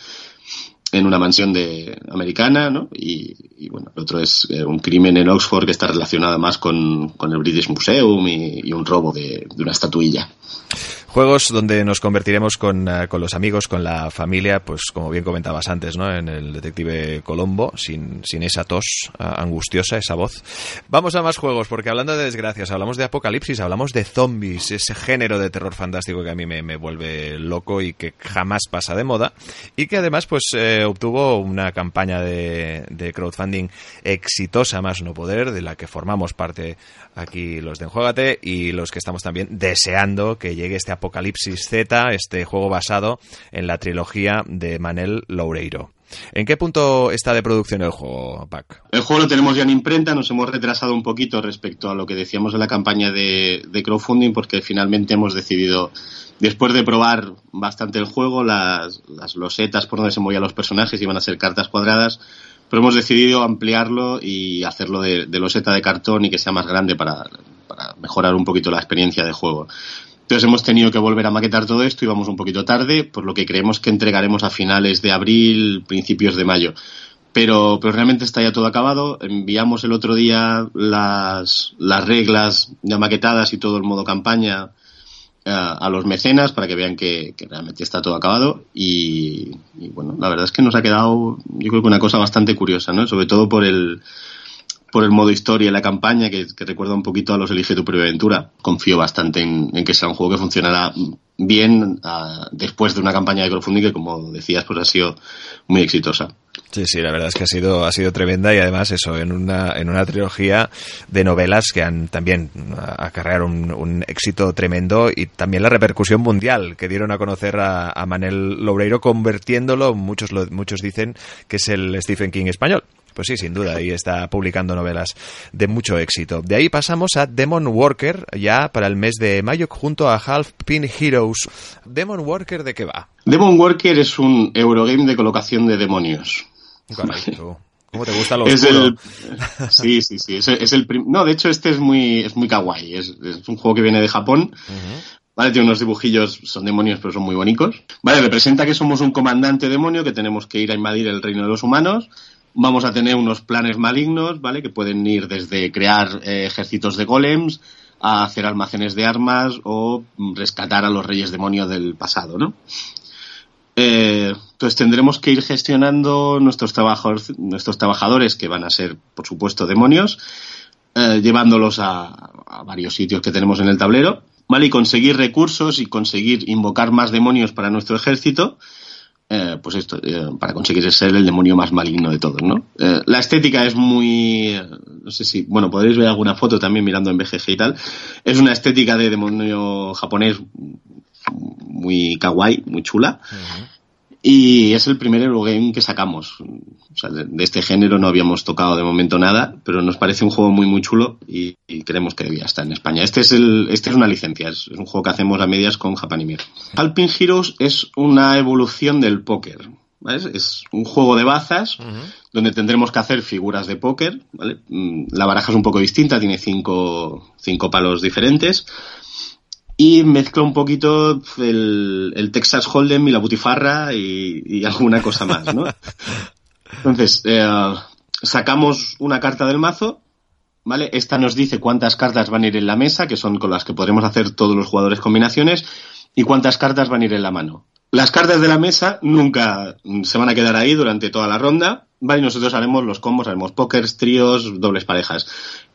mansión americana, ¿no? Y bueno, el otro es un crimen en Oxford que está relacionado más con el British Museum y un robo de una estatuilla. Juegos donde nos convertiremos con los amigos, con la familia, pues como bien comentabas antes, ¿no?, en el detective Colombo, sin esa tos angustiosa, esa voz. Vamos a más juegos, porque hablando de desgracias, hablamos de apocalipsis, hablamos de zombies, ese género de terror fantástico que a mí me vuelve loco y que jamás pasa de moda, y que además pues obtuvo una campaña de crowdfunding exitosa, más no poder, de la que formamos parte aquí los de Enjuégate y los que estamos también deseando que llegue este Apocalipsis Z, este juego basado en la trilogía de Manel Loureiro. ¿En qué punto está de producción el juego, Pac? El juego lo tenemos ya en imprenta, nos hemos retrasado un poquito respecto a lo que decíamos en la campaña de crowdfunding, porque finalmente hemos decidido, después de probar bastante el juego, las losetas por donde se movían los personajes iban a ser cartas cuadradas, pero hemos decidido ampliarlo y hacerlo de loseta de cartón y que sea más grande para mejorar un poquito la experiencia de juego. Entonces hemos tenido que volver a maquetar todo esto y vamos un poquito tarde, por lo que creemos que entregaremos a finales de abril, principios de mayo. Pero realmente está ya todo acabado. Enviamos el otro día las reglas ya maquetadas y todo el modo campaña a los mecenas para que vean que realmente está todo acabado. Y bueno, la verdad es que nos ha quedado, yo creo que una cosa bastante curiosa, ¿no? Sobre todo por el modo historia y la campaña, que recuerda un poquito a los Elige tu propia aventura. Confío bastante en que sea un juego que funcionará bien después de una campaña de crowdfunding que, como decías, pues ha sido muy exitosa. Sí, la verdad es que ha sido tremenda, y además eso, en una trilogía de novelas que han también acarreado un éxito tremendo, y también la repercusión mundial que dieron a conocer a Manel Loureiro, convirtiéndolo, muchos dicen que es el Stephen King español. Pues sí, sin duda, ahí está publicando novelas de mucho éxito. De ahí pasamos a Demon Worker, ya para el mes de mayo, junto a Half Pin Heroes. ¿Demon Worker de qué va? Demon Worker es un Eurogame de colocación de demonios. Caray, ¿cómo te gusta lo oscuro? Sí. No, de hecho este es muy kawaii. Es un juego que viene de Japón. Uh-huh. Vale, tiene unos dibujillos, son demonios, pero son muy bonitos. Vale, representa que somos un comandante demonio que tenemos que ir a invadir el reino de los humanos. Vamos a tener unos planes malignos, ¿vale? Que pueden ir desde crear ejércitos de golems a hacer almacenes de armas o rescatar a los reyes demonios del pasado, ¿no? Entonces tendremos que ir gestionando nuestros trabajadores, que van a ser, por supuesto, demonios, llevándolos a varios sitios que tenemos en el tablero, ¿vale? Y conseguir recursos y conseguir invocar más demonios para nuestro ejército. Pues esto, para conseguir ser el demonio más maligno de todos, ¿no? La estética es muy, no sé si, bueno, podréis ver alguna foto también mirando en BGG y tal. Es una estética de demonio japonés muy kawaii, muy chula. Uh-huh. Y es el primer Eurogame que sacamos. O sea, de este género no habíamos tocado de momento nada, pero nos parece un juego muy, muy chulo y creemos que debía estar en España. Este es una licencia, es un juego que hacemos a medias con Japanimir. Alpine Heroes es una evolución del póker, ¿vale? Es un juego de bazas, uh-huh, donde tendremos que hacer figuras de póker, ¿vale? La baraja es un poco distinta, tiene cinco palos diferentes. Y mezcla un poquito el Texas Hold'em y la butifarra y alguna cosa más, ¿no? Entonces, sacamos una carta del mazo, ¿vale? Esta nos dice cuántas cartas van a ir en la mesa, que son con las que podremos hacer todos los jugadores combinaciones, y cuántas cartas van a ir en la mano. Las cartas de la mesa nunca se van a quedar ahí durante toda la ronda, ¿vale? Y nosotros haremos los combos, haremos pókers, tríos, dobles parejas.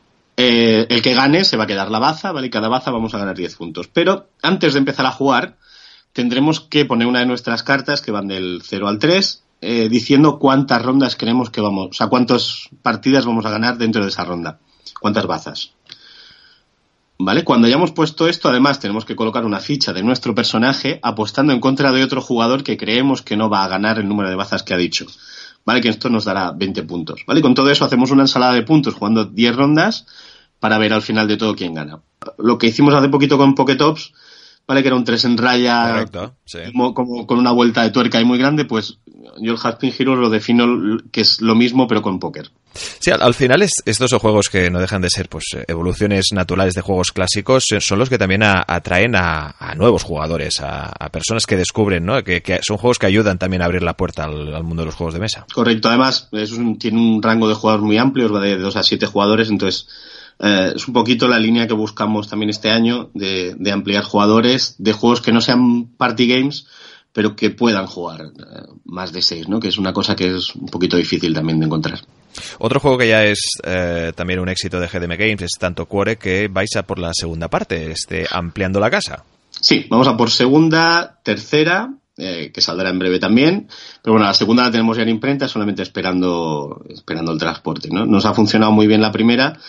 El que gane se va a quedar la baza, ¿vale? Y cada baza vamos a ganar 10 puntos. Pero antes de empezar a jugar, tendremos que poner una de nuestras cartas, que van del 0 al 3, diciendo cuántas rondas creemos que vamos, o sea, cuántas partidas vamos a ganar dentro de esa ronda. Cuántas bazas. ¿Vale? Cuando hayamos puesto esto, además, tenemos que colocar una ficha de nuestro personaje apostando en contra de otro jugador que creemos que no va a ganar el número de bazas que ha dicho. ¿Vale? Que esto nos dará 20 puntos. ¿Vale? Y con todo eso hacemos una ensalada de puntos jugando 10 rondas para ver al final de todo quién gana. Lo que hicimos hace poquito con Pokétops, ¿vale? Que era un 3 en raya. Correcto, sí. Como con una vuelta de tuerca y muy grande, pues yo el Half Pin Heroes lo defino que es lo mismo pero con póker. Sí, al final estos son juegos que no dejan de ser pues evoluciones naturales de juegos clásicos, son los que también atraen a nuevos jugadores, a personas que descubren, ¿no? Que son juegos que ayudan también a abrir la puerta al mundo de los juegos de mesa. Correcto, además tiene un rango de jugadores muy amplio, va de 2 a 7 jugadores, entonces es un poquito la línea que buscamos también este año de ampliar jugadores de juegos que no sean party games, pero que puedan jugar más de 6, ¿no? Que es una cosa que es un poquito difícil también de encontrar. Otro juego que ya es también un éxito de GDM Games es Tanto Cuore, que vais a por la segunda parte, ampliando la casa. Sí, vamos a por segunda, tercera, que saldrá en breve también, pero bueno, la segunda la tenemos ya en imprenta, solamente esperando el transporte, ¿no? Nos ha funcionado muy bien la primera.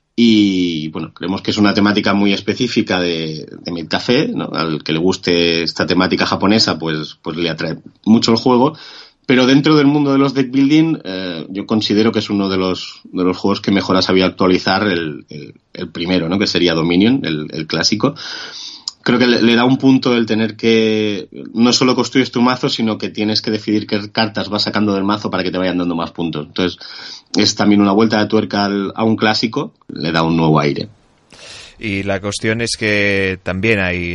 Y bueno, creemos que es una temática muy específica de Metcafé, ¿no? Al que le guste esta temática japonesa, pues le atrae mucho el juego. Pero dentro del mundo de los deck building, yo considero que es uno de los juegos que mejor ha sabido actualizar el primero, ¿no? Que sería Dominion, el clásico. Creo que le da un punto el tener que no solo construyes tu mazo, sino que tienes que decidir qué cartas vas sacando del mazo para que te vayan dando más puntos. Entonces, es también una vuelta de tuerca a un clásico, le da un nuevo aire. Y la cuestión es que también hay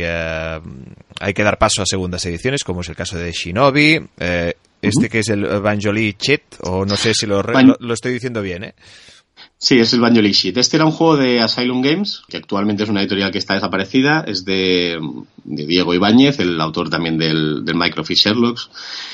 que dar paso a segundas ediciones, como es el caso de Shinobi, que es el Banjoli Cheat, o no sé si lo estoy diciendo bien, ¿eh? Sí, es el Banjoli Cheat. Este era un juego de Asylum Games, que actualmente es una editorial que está desaparecida. Es de Diego Ibáñez, el autor también del Microfiche Sherlocks.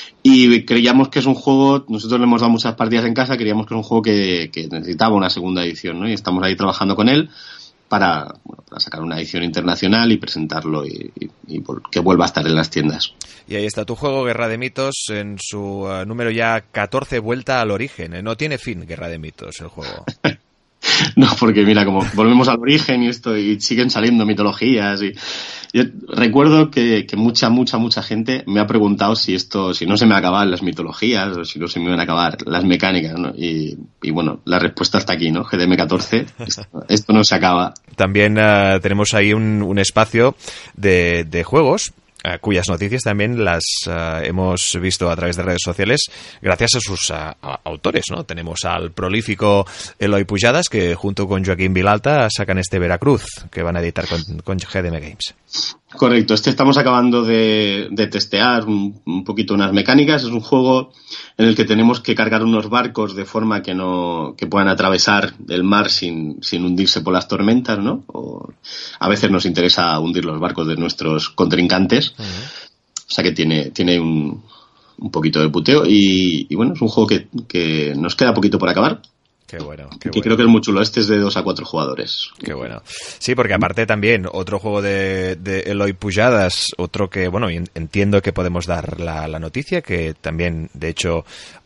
Y creíamos que es un juego, nosotros le hemos dado muchas partidas en casa, creíamos que es un juego que necesitaba una segunda edición, ¿no? Y estamos ahí trabajando con él para sacar una edición internacional y presentarlo y que vuelva a estar en las tiendas. Y ahí está tu juego, Guerra de Mitos, en su número ya 14, vuelta al origen. No tiene fin, Guerra de Mitos, el juego. No, porque mira, como volvemos al origen y siguen saliendo mitologías y yo recuerdo que mucha gente me ha preguntado si no se me acaban las mitologías o si no se me van a acabar las mecánicas, ¿no? Y bueno, la respuesta está aquí, ¿no? GDM 14, esto no se acaba. También tenemos ahí un espacio de juegos cuyas noticias también las hemos visto a través de redes sociales gracias a sus autores, ¿no? Tenemos al prolífico Eloy Pujadas, que junto con Joaquín Vilalta sacan este Veracruz, que van a editar con GDM Games. Correcto, estamos acabando de testear un poquito unas mecánicas. Es un juego en el que tenemos que cargar unos barcos de forma que puedan atravesar el mar sin hundirse por las tormentas, ¿no? O a veces nos interesa hundir los barcos de nuestros contrincantes. Uh-huh. O sea que tiene un poquito de puteo y bueno, es un juego que nos queda poquito por acabar. Qué bueno. Creo que es muy chulo. Este es de 2 a 4 jugadores. Qué bueno. Sí, porque aparte también otro juego de Eloy Pujadas, otro que, bueno, entiendo que podemos dar la noticia, que también, de hecho,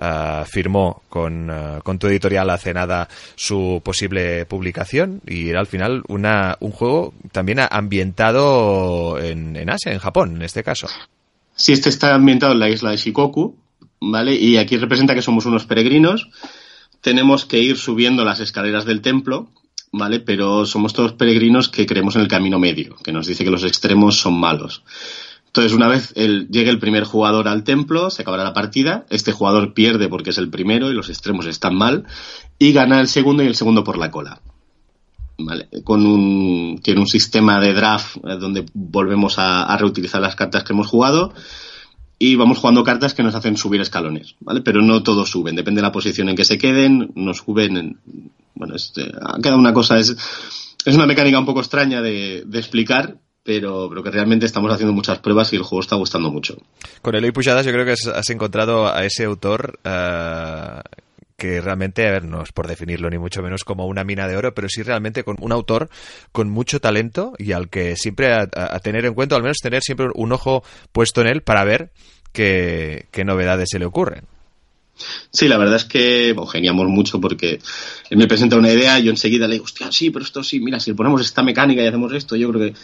firmó con tu editorial hace nada su posible publicación, y era al final un juego también ambientado en Asia, en Japón, en este caso. Sí, este está ambientado en la isla de Shikoku, ¿vale? Y aquí representa que somos unos peregrinos. Tenemos que ir subiendo las escaleras del templo, ¿vale? Pero somos todos peregrinos que creemos en el camino medio, que nos dice que los extremos son malos. Entonces, una vez llegue el primer jugador al templo, se acabará la partida. Este jugador pierde porque es el primero y los extremos están mal. Y gana el segundo y el segundo por la cola. ¿Vale? Tiene un sistema de draft donde volvemos a reutilizar las cartas que hemos jugado. Y vamos jugando cartas que nos hacen subir escalones, ¿vale? Pero no todos suben, depende de la posición en que se queden, nos suben. Cada una cosa es una mecánica un poco extraña de explicar, pero que realmente estamos haciendo muchas pruebas y el juego está gustando mucho. Con Eloy Pujadas yo creo que has encontrado a ese autor que realmente, a ver, no es por definirlo ni mucho menos como una mina de oro, pero sí realmente con un autor con mucho talento y al que siempre a tener en cuenta, o al menos tener siempre un ojo puesto en él para ver qué novedades se le ocurren. Sí, la verdad es que geniamos mucho porque él me presenta una idea y yo enseguida le digo, hostia, sí, pero esto sí, mira, si le ponemos esta mecánica y hacemos esto, yo creo que...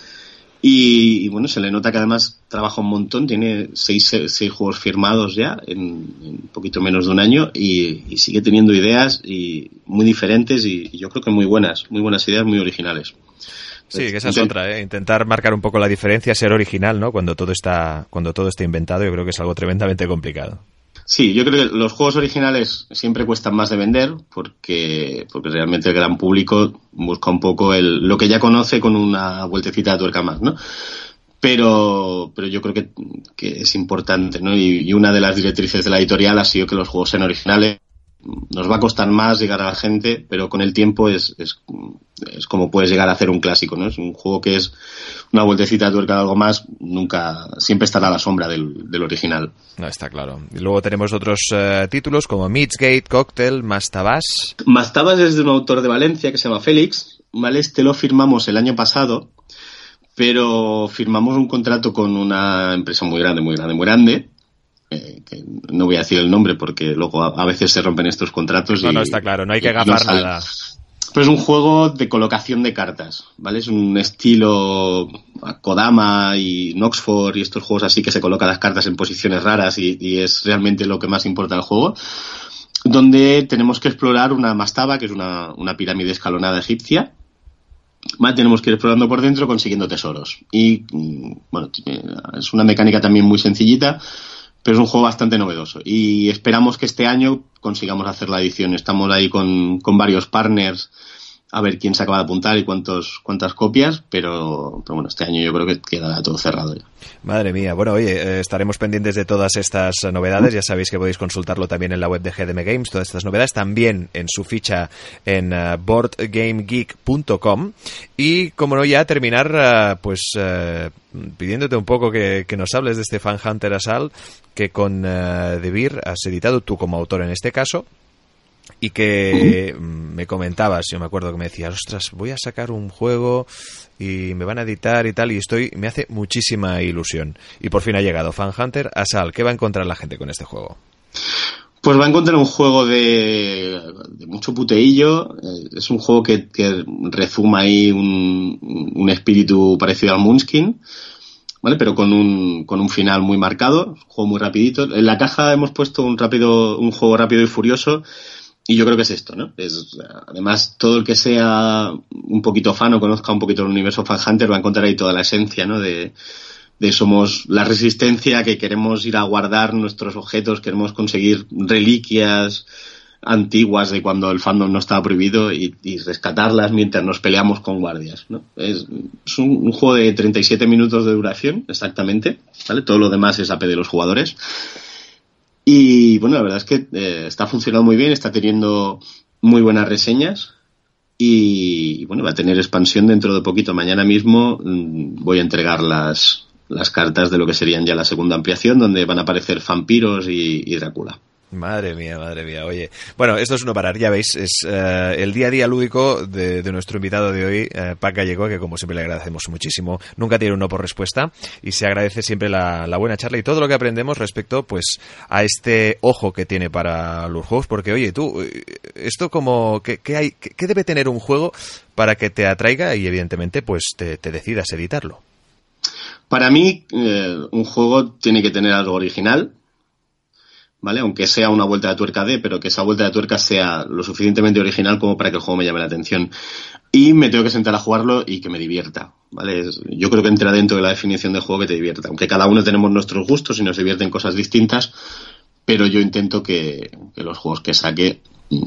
Y bueno, se le nota que además trabaja un montón, tiene 6 juegos firmados ya en un poquito menos de un año y sigue teniendo ideas y muy diferentes y yo creo que muy buenas ideas, muy originales. Sí, que esa es otra, intentar marcar un poco la diferencia, ser original, ¿no? Cuando todo está inventado, yo creo que es algo tremendamente complicado. Sí, yo creo que los juegos originales siempre cuestan más de vender porque realmente el gran público busca un poco lo que ya conoce con una vueltecita de tuerca más, ¿no? Pero yo creo que es importante, ¿no? Y una de las directrices de la editorial ha sido que los juegos sean originales. Nos va a costar más llegar a la gente, pero con el tiempo es como puedes llegar a hacer un clásico, ¿no? Es un juego que es una vueltecita de tuerca de algo más, siempre estará a la sombra del original. No, está claro. Y luego tenemos otros títulos como Midgate, Cocktail, Mastabas. Mastabas es de un autor de Valencia que se llama Félix, ¿vale? Este lo firmamos el año pasado, pero firmamos un contrato con una empresa muy grande, que no voy a decir el nombre porque luego a veces se rompen estos contratos. No, está claro, no hay que gafar nada. Pero es un juego de colocación de cartas, ¿vale? Es un estilo Kodama y Oxford y estos juegos así que se colocan las cartas en posiciones raras y es realmente lo que más importa del juego, donde tenemos que explorar una mastaba, que es una pirámide escalonada egipcia. Tenemos que ir explorando por dentro consiguiendo tesoros. Y bueno, es una mecánica también muy sencillita, pero es un juego bastante novedoso y esperamos que este año consigamos hacer la edición. Estamos ahí con varios partners a ver quién se acaba de apuntar y cuántas copias, pero bueno, este año yo creo que quedará todo cerrado ya. Madre mía, bueno, oye, estaremos pendientes de todas estas novedades, ya sabéis que podéis consultarlo también en la web de GDM Games, todas estas novedades, también en su ficha en boardgamegeek.com, y como no, ya terminar pidiéndote un poco que nos hables de este Fan Hunter Assault, que con The Beer has editado tú como autor en este caso, y que me comentabas, yo me acuerdo que me decías, ostras, voy a sacar un juego y me van a editar y tal, y me hace muchísima ilusión. Y por fin ha llegado Fan Hunter Assault. ¿Qué va a encontrar la gente con este juego? Pues va a encontrar un juego de mucho puteillo. Es un juego que rezuma ahí un espíritu parecido al Munchkin, ¿vale? Pero con un final muy marcado, un juego muy rapidito. En la caja hemos puesto un juego rápido y furioso. Y yo creo que es esto, ¿no? Además, todo el que sea un poquito fan o conozca un poquito el universo Fan Hunter va a encontrar ahí toda la esencia, ¿no? De somos la resistencia que queremos ir a guardar nuestros objetos, queremos conseguir reliquias antiguas de cuando el fandom no estaba prohibido y rescatarlas mientras nos peleamos con guardias, ¿no? Es un juego de 37 minutos de duración, exactamente, ¿vale? Todo lo demás es AP de los jugadores. Y bueno, la verdad es que está funcionando muy bien, está teniendo muy buenas reseñas y bueno, va a tener expansión dentro de poquito. Mañana mismo voy a entregar las cartas de lo que serían ya la segunda ampliación, donde van a aparecer vampiros y Drácula. Madre mía, oye. Bueno, esto es uno parar, ya veis, es el día a día lúdico de nuestro invitado de hoy, Pac Gallego, que como siempre le agradecemos muchísimo. Nunca tiene un no por respuesta y se agradece siempre la buena charla y todo lo que aprendemos respecto pues a este ojo que tiene para los juegos, porque oye, tú, esto como, ¿qué debe tener un juego para que te atraiga y evidentemente pues te decidas editarlo? Para mí, un juego tiene que tener algo original, ¿vale? Aunque sea una vuelta de tuerca pero que esa vuelta de tuerca sea lo suficientemente original como para que el juego me llame la atención. Y me tengo que sentar a jugarlo y que me divierta, ¿vale? Yo creo que entra dentro de la definición de juego que te divierta. Aunque cada uno tenemos nuestros gustos y nos divierten cosas distintas, pero yo intento que los juegos que saque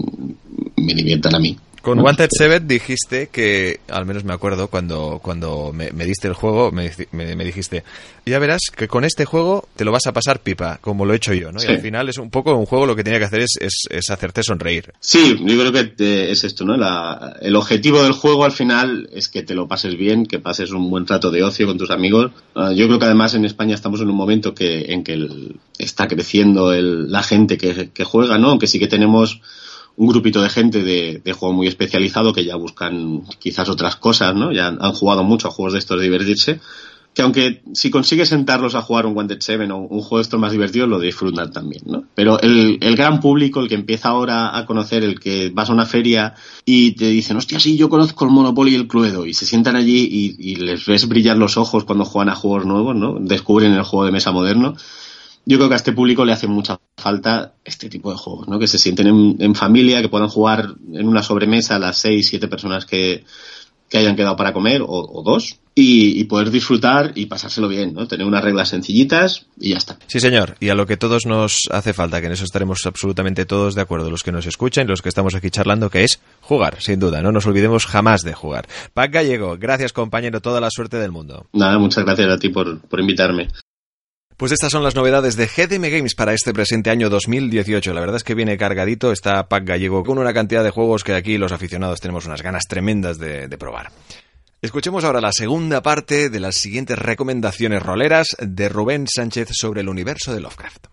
me diviertan a mí. Con Wanted 7 dijiste que, al menos me acuerdo, cuando me diste el juego, me dijiste, ya verás que con este juego te lo vas a pasar pipa, como lo he hecho yo, ¿no? Sí. Y al final es un poco un juego, lo que tenía que hacer es hacerte sonreír. Sí, yo creo que es esto, ¿no? El objetivo del juego al final es que te lo pases bien, que pases un buen rato de ocio con tus amigos. Yo creo que además en España estamos en un momento en que está creciendo la gente que juega, ¿no? Aunque sí que tenemos un grupito de gente de juego muy especializado que ya buscan quizás otras cosas, ¿no? Ya han jugado mucho a juegos de estos de divertirse, que aunque si consigues sentarlos a jugar un Wanted 7 o un juego de estos más divertidos, lo disfrutan también, ¿no? Pero el gran público, el que empieza ahora a conocer, el que vas a una feria y te dicen, hostia, sí, yo conozco el Monopoly y el Cluedo, y se sientan allí y les ves brillar los ojos cuando juegan a juegos nuevos, ¿no? Descubren el juego de mesa moderno. Yo creo que a este público le hace mucha falta este tipo de juegos, ¿no? Que se sienten en familia, que puedan jugar en una sobremesa las 6, 7 personas que hayan quedado para comer, o 2, y poder disfrutar y pasárselo bien, ¿no? Tener unas reglas sencillitas y ya está. Sí, señor, y a lo que todos nos hace falta, que en eso estaremos absolutamente todos de acuerdo, los que nos escuchan y los que estamos aquí charlando, que es jugar, sin duda, no nos olvidemos jamás de jugar. Pac Gallego, gracias compañero, toda la suerte del mundo. Nada, muchas gracias a ti por invitarme. Pues estas son las novedades de GDM Games para este presente año 2018. La verdad es que viene cargadito, está Pac Gallego con una cantidad de juegos que aquí los aficionados tenemos unas ganas tremendas de probar. Escuchemos ahora la segunda parte de las siguientes recomendaciones roleras de Rubén Sánchez sobre el universo de Lovecraft.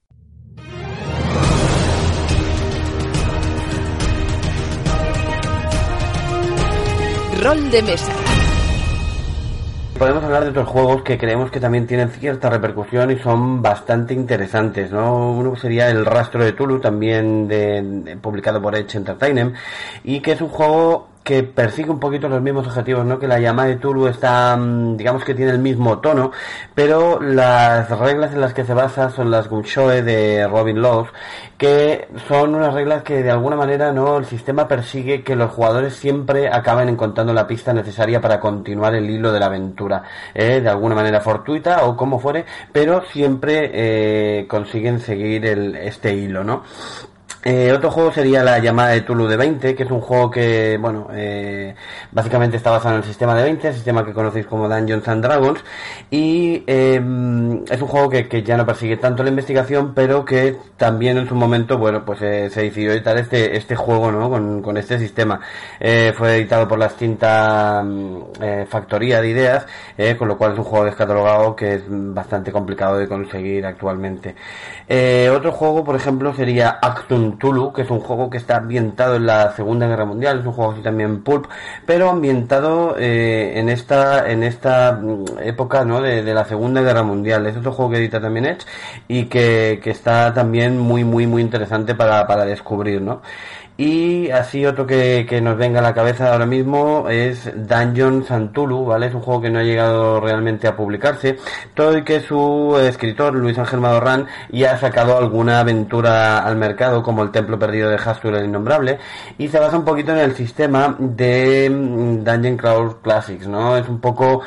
Rol de mesa. Podemos hablar de otros juegos que creemos que también tienen cierta repercusión y son bastante interesantes, ¿no? Uno sería El Rastro de Tulu, también publicado por Edge Entertainment, y que es un juego que persigue un poquito los mismos objetivos, ¿no? Que la llamada de Tulu está, digamos que tiene el mismo tono, pero las reglas en las que se basa son las Gunshoe de Robin Laws, que son unas reglas que de alguna manera, ¿no? El sistema persigue que los jugadores siempre acaben encontrando la pista necesaria para continuar el hilo de la aventura, de alguna manera fortuita o como fuere, pero siempre consiguen seguir este hilo, ¿no? Otro juego sería La llamada de Tulu de 20, que es un juego que, bueno, básicamente está basado en el sistema de 20, el sistema que conocéis como Dungeons and Dragons, y es un juego que ya no persigue tanto la investigación, pero que también en su momento, bueno, pues se decidió editar este juego, ¿no? Con este sistema. Fue editado por la extinta Factoría de Ideas, con lo cual es un juego descatalogado que es bastante complicado de conseguir actualmente. Otro juego, por ejemplo, sería Actum Tulu, que es un juego que está ambientado en la Segunda Guerra Mundial, es un juego así también pulp, pero ambientado en esta época, ¿no? de la Segunda Guerra Mundial. Es otro juego que edita también Edge y que está también muy interesante para descubrir, ¿no? Y así otro que nos venga a la cabeza ahora mismo es Dungeons and Tulu, ¿vale? Es un juego que no ha llegado realmente a publicarse, todo y que su escritor, Luis Ángel Madorrán, ya ha sacado alguna aventura al mercado, como El Templo Perdido de Hastur el Innombrable, y se basa un poquito en el sistema de Dungeon Crawl Classics, ¿no? Es un poco,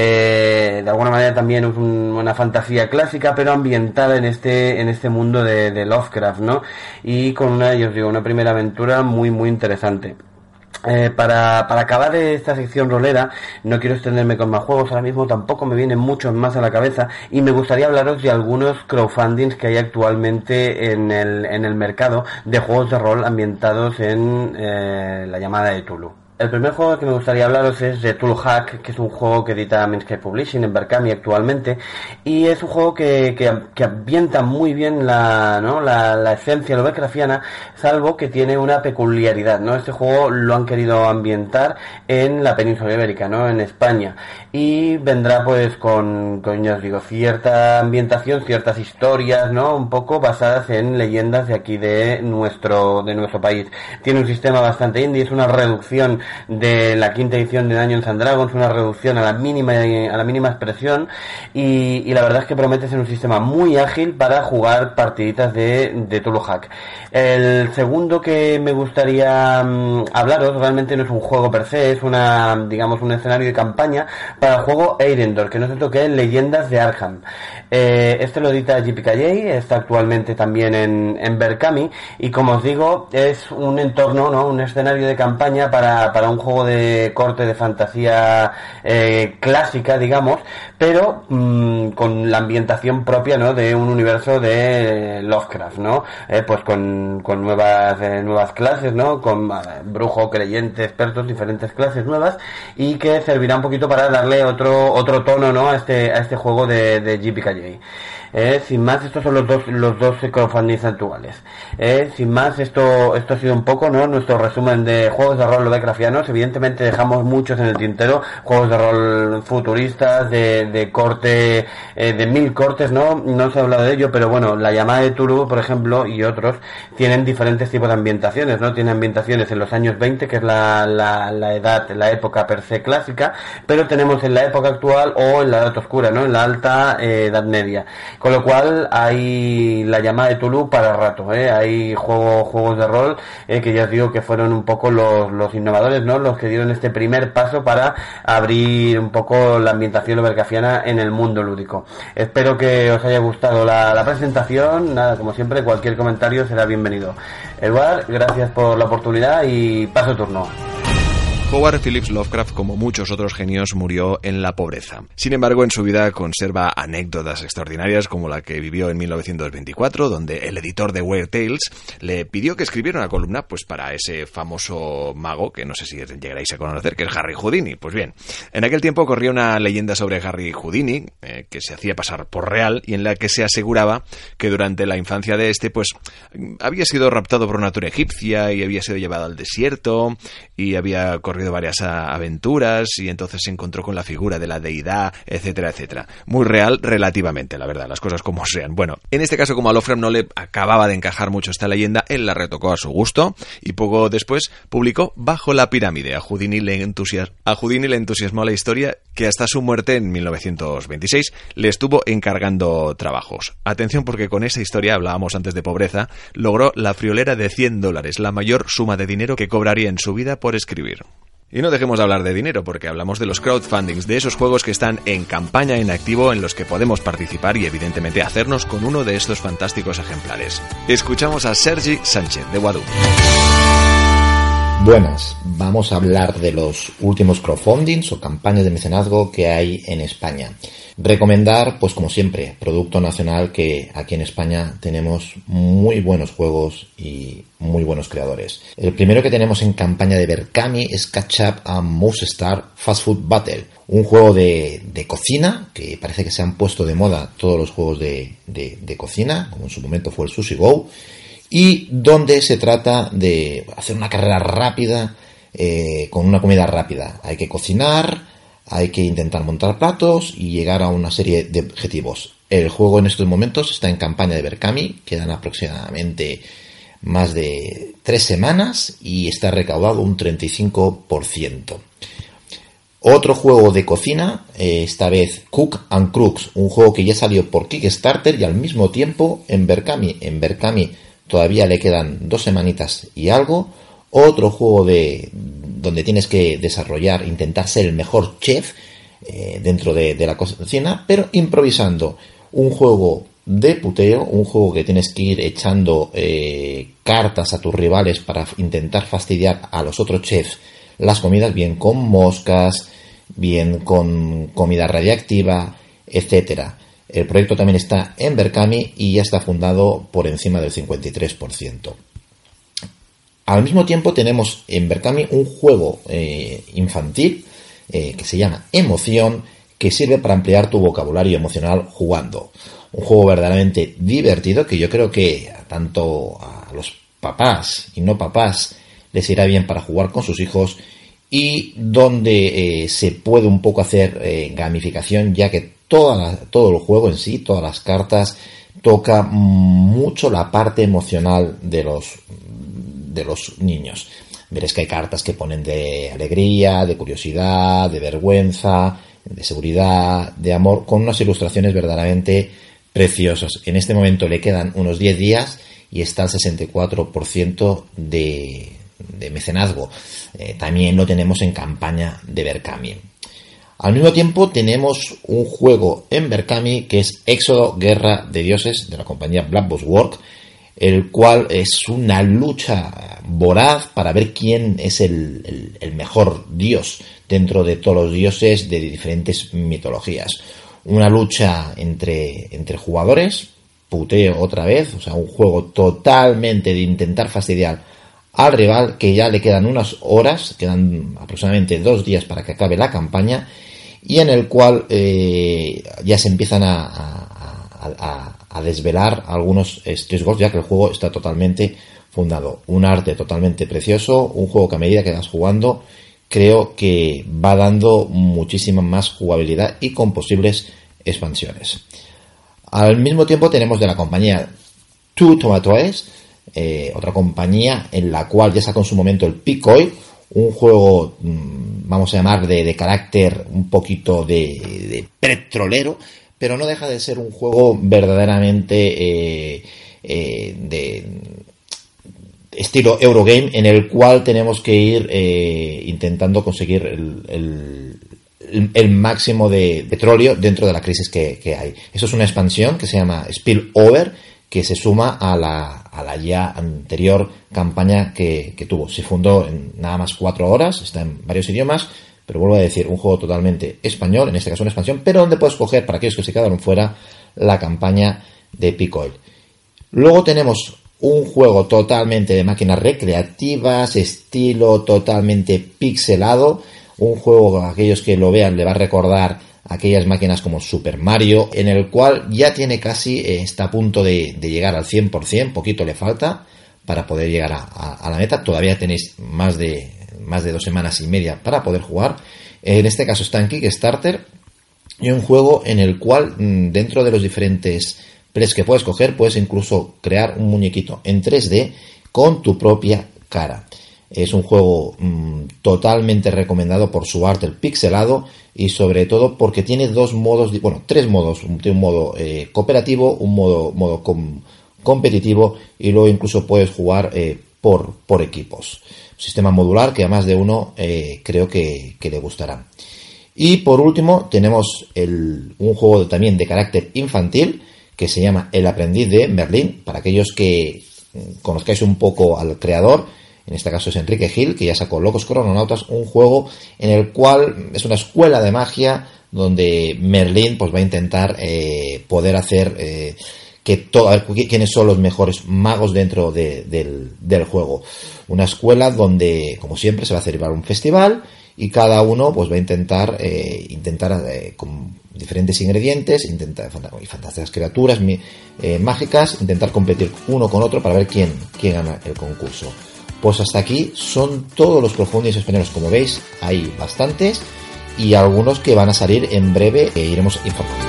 de alguna manera también es una fantasía clásica, pero ambientada en este mundo de Lovecraft, ¿no? Y con una primera aventura muy interesante. Para acabar esta sección rolera, no quiero extenderme con más juegos ahora mismo, tampoco me vienen muchos más a la cabeza, y me gustaría hablaros de algunos crowdfundings que hay actualmente en el mercado de juegos de rol ambientados en La llamada de Tulu. El primer juego que me gustaría hablaros es de Tulu Hack, que es un juego que edita Minscape Publishing en Berkami actualmente, y es un juego que ambienta muy bien la esencia lovecraftiana, salvo que tiene una peculiaridad, ¿no? Este juego lo han querido ambientar en la península ibérica, ¿no? En España, y vendrá pues con ya os digo, cierta ambientación, ciertas historias, ¿no? Un poco basadas en leyendas de aquí de nuestro país. Tiene un sistema bastante indie, es una reducción de la quinta edición de Dungeons and Dragons, una reducción a la mínima expresión, y la verdad es que promete ser un sistema muy ágil para jugar partiditas de Tulu Hack. El segundo que me gustaría hablaros realmente no es un juego per se, es un escenario de campaña para el juego Eirendor, que no es otro que Leyendas de Arkham. Este lo edita JPKJ, está actualmente también en Berkami, y como os digo, es un entorno, ¿no? Un escenario de campaña para un juego de corte de fantasía clásica, digamos, pero con la ambientación propia, ¿no? De un universo de Lovecraft, ¿no? Pues con nuevas clases, ¿no? Con brujo, creyente, expertos, diferentes clases nuevas, y que servirá un poquito para darle otro tono, ¿no? a este juego de JPKJ. Sin más, estos son los dos crowdfundings actuales. Sin más, esto ha sido un poco, ¿no? Nuestro resumen de juegos de rol lovecraftianos. Evidentemente dejamos muchos en el tintero, juegos de rol futuristas, de corte, de 1000 cortes, ¿no? No se ha hablado de ello, pero bueno, La llamada de Tulu, por ejemplo, y otros, tienen diferentes tipos de ambientaciones, ¿no? Tienen ambientaciones en los años 20, que es la época per se clásica, pero tenemos en la época actual o en la Edad Oscura, ¿no? En la alta Edad Media. Con lo cual hay La llamada de Tulu para rato, hay juegos de rol que ya os digo que fueron un poco los innovadores, ¿no? Los que dieron este primer paso para abrir un poco la ambientación lovecraftiana en el mundo lúdico. Espero que os haya gustado la presentación. Nada, como siempre, cualquier comentario será bienvenido. Eduard, gracias por la oportunidad y paso turno. Howard Phillips Lovecraft, como muchos otros genios, murió en la pobreza. Sin embargo, en su vida conserva anécdotas extraordinarias como la que vivió en 1924, donde el editor de Weird Tales le pidió que escribiera una columna pues para ese famoso mago, que no sé si llegaréis a conocer, que es Harry Houdini. Pues bien, en aquel tiempo corría una leyenda sobre Harry Houdini, que se hacía pasar por real, y en la que se aseguraba que durante la infancia de pues había sido raptado por una natura egipcia y había sido llevado al desierto y había corrido varias aventuras y entonces se encontró con la figura de la deidad, etcétera, etcétera. Muy real relativamente, la verdad, las cosas como sean. Bueno, en este caso, como a Lovecraft no le acababa de encajar mucho esta leyenda, él la retocó a su gusto y poco después publicó Bajo la pirámide. A Houdini le entusiasmó la historia, que hasta su muerte en 1926 le estuvo encargando trabajos. Atención, porque con esa historia, hablábamos antes de pobreza, logró la friolera de $100, la mayor suma de dinero que cobraría en su vida por escribir. Y no dejemos de hablar de dinero, porque hablamos de los crowdfundings, de esos juegos que están en campaña en activo en los que podemos participar y evidentemente hacernos con uno de estos fantásticos ejemplares. Escuchamos a Sergi Sánchez de Wadu. Buenas, vamos a hablar de los últimos crowdfundings o campañas de mecenazgo que hay en España. Recomendar, pues como siempre, producto nacional, que aquí en España tenemos muy buenos juegos y muy buenos creadores. El primero que tenemos en campaña de Berkami es Catch Up a Mouse Star Fast Food Battle, un juego de cocina, que parece que se han puesto de moda todos los juegos de cocina, como en su momento fue el Sushi Go, y donde se trata de hacer una carrera rápida con una comida rápida. Hay que cocinar, hay que intentar montar platos y llegar a una serie de objetivos. El juego en estos momentos está en campaña de Berkami, quedan aproximadamente más de 3 semanas y está recaudado un 35%. Otro juego de cocina, esta vez Cook and Crooks, un juego que ya salió por Kickstarter y al mismo tiempo en Berkami. En Berkami todavía le quedan 2 semanitas y algo. Otro juego donde tienes que desarrollar, intentar ser el mejor chef dentro de la cocina, pero improvisando. Un juego de puteo, un juego que tienes que ir echando cartas a tus rivales para intentar fastidiar a los otros chefs las comidas, bien con moscas, bien con comida radiactiva, etcétera. El proyecto también está en Berkami y ya está fundado por encima del 53%. Al mismo tiempo tenemos en Berkami un juego infantil que se llama Emoción, que sirve para ampliar tu vocabulario emocional jugando. Un juego verdaderamente divertido que yo creo que tanto a los papás y no papás les irá bien para jugar con sus hijos, y donde se puede un poco hacer gamificación, ya que todo el juego en sí, todas las cartas, toca mucho la parte emocional de los niños. Veréis que hay cartas que ponen de alegría, de curiosidad, de vergüenza, de seguridad, de amor, con unas ilustraciones verdaderamente preciosas. En este momento le quedan unos 10 días y está al 64% de mecenazgo. También lo tenemos en campaña de Berkami. Al mismo tiempo tenemos un juego en Berkami que es Éxodo Guerra de Dioses, de la compañía Black Box Works, el cual es una lucha voraz para ver quién es el mejor dios dentro de todos los dioses de diferentes mitologías. Una lucha entre jugadores, puteo otra vez, o sea, un juego totalmente de intentar fastidiar al rival, que ya le quedan unas horas, quedan aproximadamente 2 días para que acabe la campaña, y en el cual ya se empiezan a desvelar algunos stretch goals, ya que el juego está totalmente fundado. Un arte totalmente precioso, un juego que a medida que vas jugando creo que va dando muchísima más jugabilidad y con posibles expansiones. Al mismo tiempo tenemos de la compañía Two Tomatoes, otra compañía en la cual ya sacó en su momento el Picoil, un juego, vamos a llamar, de carácter un poquito de petrolero, pero no deja de ser un juego verdaderamente de estilo Eurogame, en el cual tenemos que ir intentando conseguir el máximo de petróleo dentro de la crisis que hay. Eso es una expansión que se llama Spillover, que se suma a la ya anterior campaña que tuvo. Se fundó en nada más 4 horas, está en varios idiomas, pero vuelvo a decir, un juego totalmente español, en este caso una expansión, pero donde puedes coger, para aquellos que se quedaron fuera, la campaña de Picoil. Luego tenemos un juego totalmente de máquinas recreativas, estilo totalmente pixelado, un juego que a aquellos que lo vean le va a recordar aquellas máquinas como Super Mario, en el cual ya tiene casi, está a punto de llegar al 100%, poquito le falta para poder llegar a la meta. Todavía tenéis más de 2 semanas y media para poder jugar. En este caso está en Kickstarter, y un juego en el cual dentro de los diferentes plays que puedes coger, puedes incluso crear un muñequito en 3D con tu propia cara. Es un juego totalmente recomendado por su arte, el pixelado, y sobre todo porque tiene 3 modos, un modo cooperativo, un modo competitivo, y luego incluso puedes jugar por equipos. Un sistema modular que a más de uno creo que le gustará. Y por último tenemos un juego también de carácter infantil que se llama El aprendiz de Merlín. Para aquellos que conozcáis un poco al creador, en este caso es Enrique Gil, que ya sacó Locos Crononautas, un juego en el cual es una escuela de magia donde Merlín pues va a intentar poder hacer a ver quiénes son los mejores magos dentro del juego. Una escuela donde, como siempre, se va a celebrar un festival y cada uno pues va a intentar con diferentes ingredientes, y fantásticas criaturas mágicas, intentar competir uno con otro para ver quién gana el concurso. Pues hasta aquí son todos los crowdfundings españoles. Como veis, hay bastantes y algunos que van a salir en breve e iremos informando.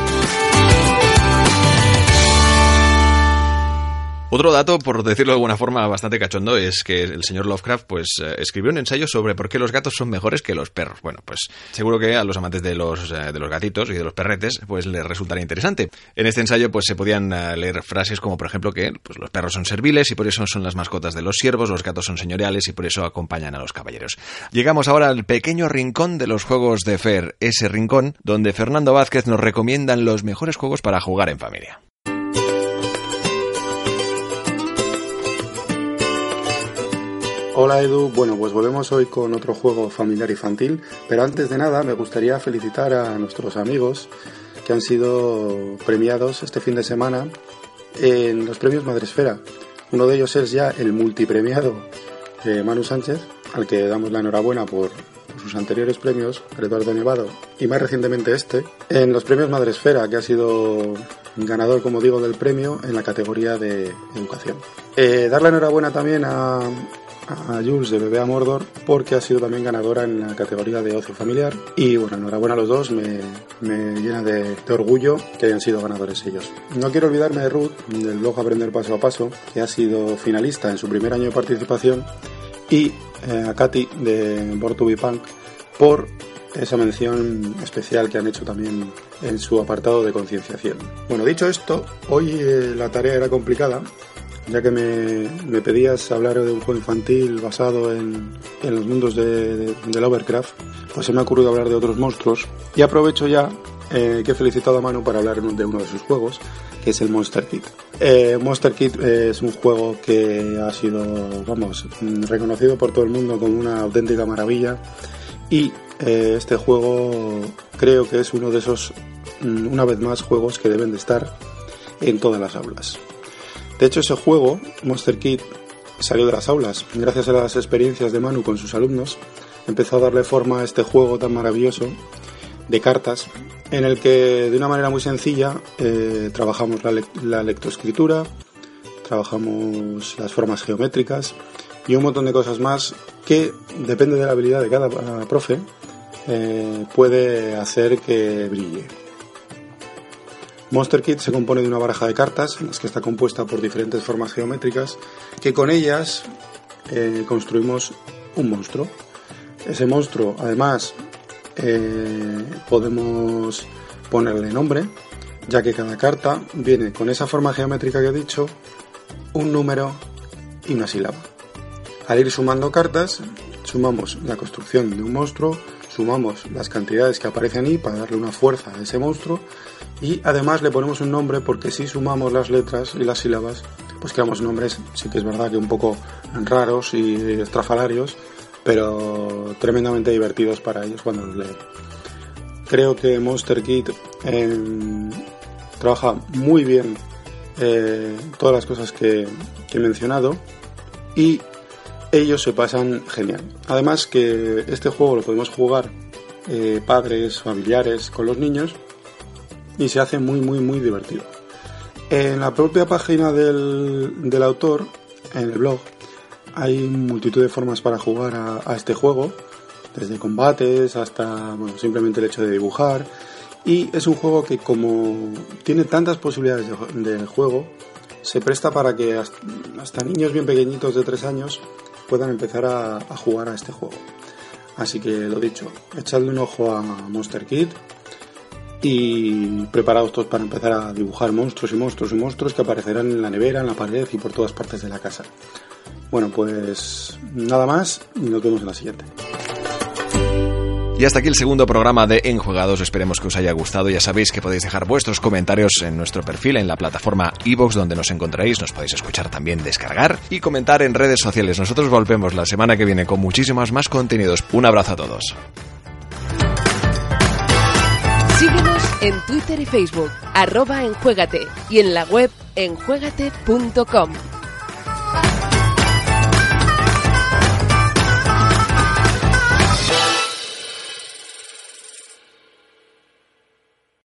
Otro dato, por decirlo de alguna forma bastante cachondo, es que el señor Lovecraft pues escribió un ensayo sobre por qué los gatos son mejores que los perros. Bueno, pues seguro que a los amantes de los gatitos y de los perretes pues les resultará interesante. En este ensayo pues se podían leer frases como por ejemplo que pues, los perros son serviles y por eso son las mascotas de los siervos, los gatos son señoriales y por eso acompañan a los caballeros. Llegamos ahora al pequeño rincón de los juegos de Fer, ese rincón donde Fernando Vázquez nos recomiendan los mejores juegos para jugar en familia. Hola Edu, bueno pues volvemos hoy con otro juego familiar infantil, pero antes de nada me gustaría felicitar a nuestros amigos que han sido premiados este fin de semana en los premios Madresfera. Uno de ellos es ya el multipremiado Manu Sánchez, al que damos la enhorabuena por sus anteriores premios, Eduardo Nevado, y más recientemente en los premios Madresfera, que ha sido ganador, como digo, del premio en la categoría de educación. Dar la enhorabuena también a Jules de Bebé a Mordor, porque ha sido también ganadora en la categoría de ocio familiar, y bueno, enhorabuena a los dos, me llena de orgullo que hayan sido ganadores ellos. No quiero olvidarme de Ruth, del blog Aprender Paso a Paso, que ha sido finalista en su primer año de participación, y a Katy de Born to Be Punk por esa mención especial que han hecho también en su apartado de concienciación. Bueno, dicho esto, hoy la tarea era complicada, ya que me pedías hablar de un juego infantil basado en los mundos de Lovecraft, pues se me ha ocurrido hablar de otros monstruos, y aprovecho ya que he felicitado a Manu para hablar de uno de sus juegos, que es el Monster Kid. Monster Kid es un juego que ha sido, reconocido por todo el mundo como una auténtica maravilla, y este juego creo que es uno de esos, una vez más, juegos que deben de estar en todas las aulas. De hecho, ese juego, Monster Kid, salió de las aulas. Gracias a las experiencias de Manu con sus alumnos, empezó a darle forma a este juego tan maravilloso de cartas, en el que de una manera muy sencilla trabajamos la lectoescritura, trabajamos las formas geométricas y un montón de cosas más que, depende de la habilidad de cada profe, puede hacer que brille. Monster Kid se compone de una baraja de cartas en las que está compuesta por diferentes formas geométricas, que con ellas construimos un monstruo. Ese monstruo, además, podemos ponerle nombre, ya que cada carta viene con esa forma geométrica que he dicho, un número y una sílaba. Al ir sumando cartas, sumamos la construcción de un monstruo, sumamos las cantidades que aparecen ahí para darle una fuerza a ese monstruo, y además le ponemos un nombre, porque si sumamos las letras y las sílabas, pues creamos nombres, sí que es verdad que un poco raros y estrafalarios, pero tremendamente divertidos para ellos cuando los leen. Creo que Monster Kid trabaja muy bien todas las cosas que he mencionado, y ellos se pasan genial. Además que este juego lo podemos jugar padres, familiares, con los niños, y se hace muy muy muy divertido. En la propia página del autor, en el blog, hay multitud de formas para jugar a este juego, desde combates hasta simplemente el hecho de dibujar, y es un juego que, como tiene tantas posibilidades de juego, se presta para que hasta niños bien pequeñitos de 3 años puedan empezar a jugar a este juego. Así que lo dicho, echadle un ojo a Monster Kid y preparaos todos para empezar a dibujar monstruos y monstruos y monstruos que aparecerán en la nevera, en la pared y por todas partes de la casa. Bueno, pues nada más y nos vemos en la siguiente. Y hasta aquí el segundo programa de Enjuegados. Esperemos que os haya gustado. Ya sabéis que podéis dejar vuestros comentarios en nuestro perfil en la plataforma iVoox, donde nos encontráis. Nos podéis escuchar también, descargar y comentar en redes sociales. Nosotros volvemos la semana que viene con muchísimos más contenidos. Un abrazo a todos. Síguenos en Twitter y Facebook, @enjuégate, y en la web enjuégate.com.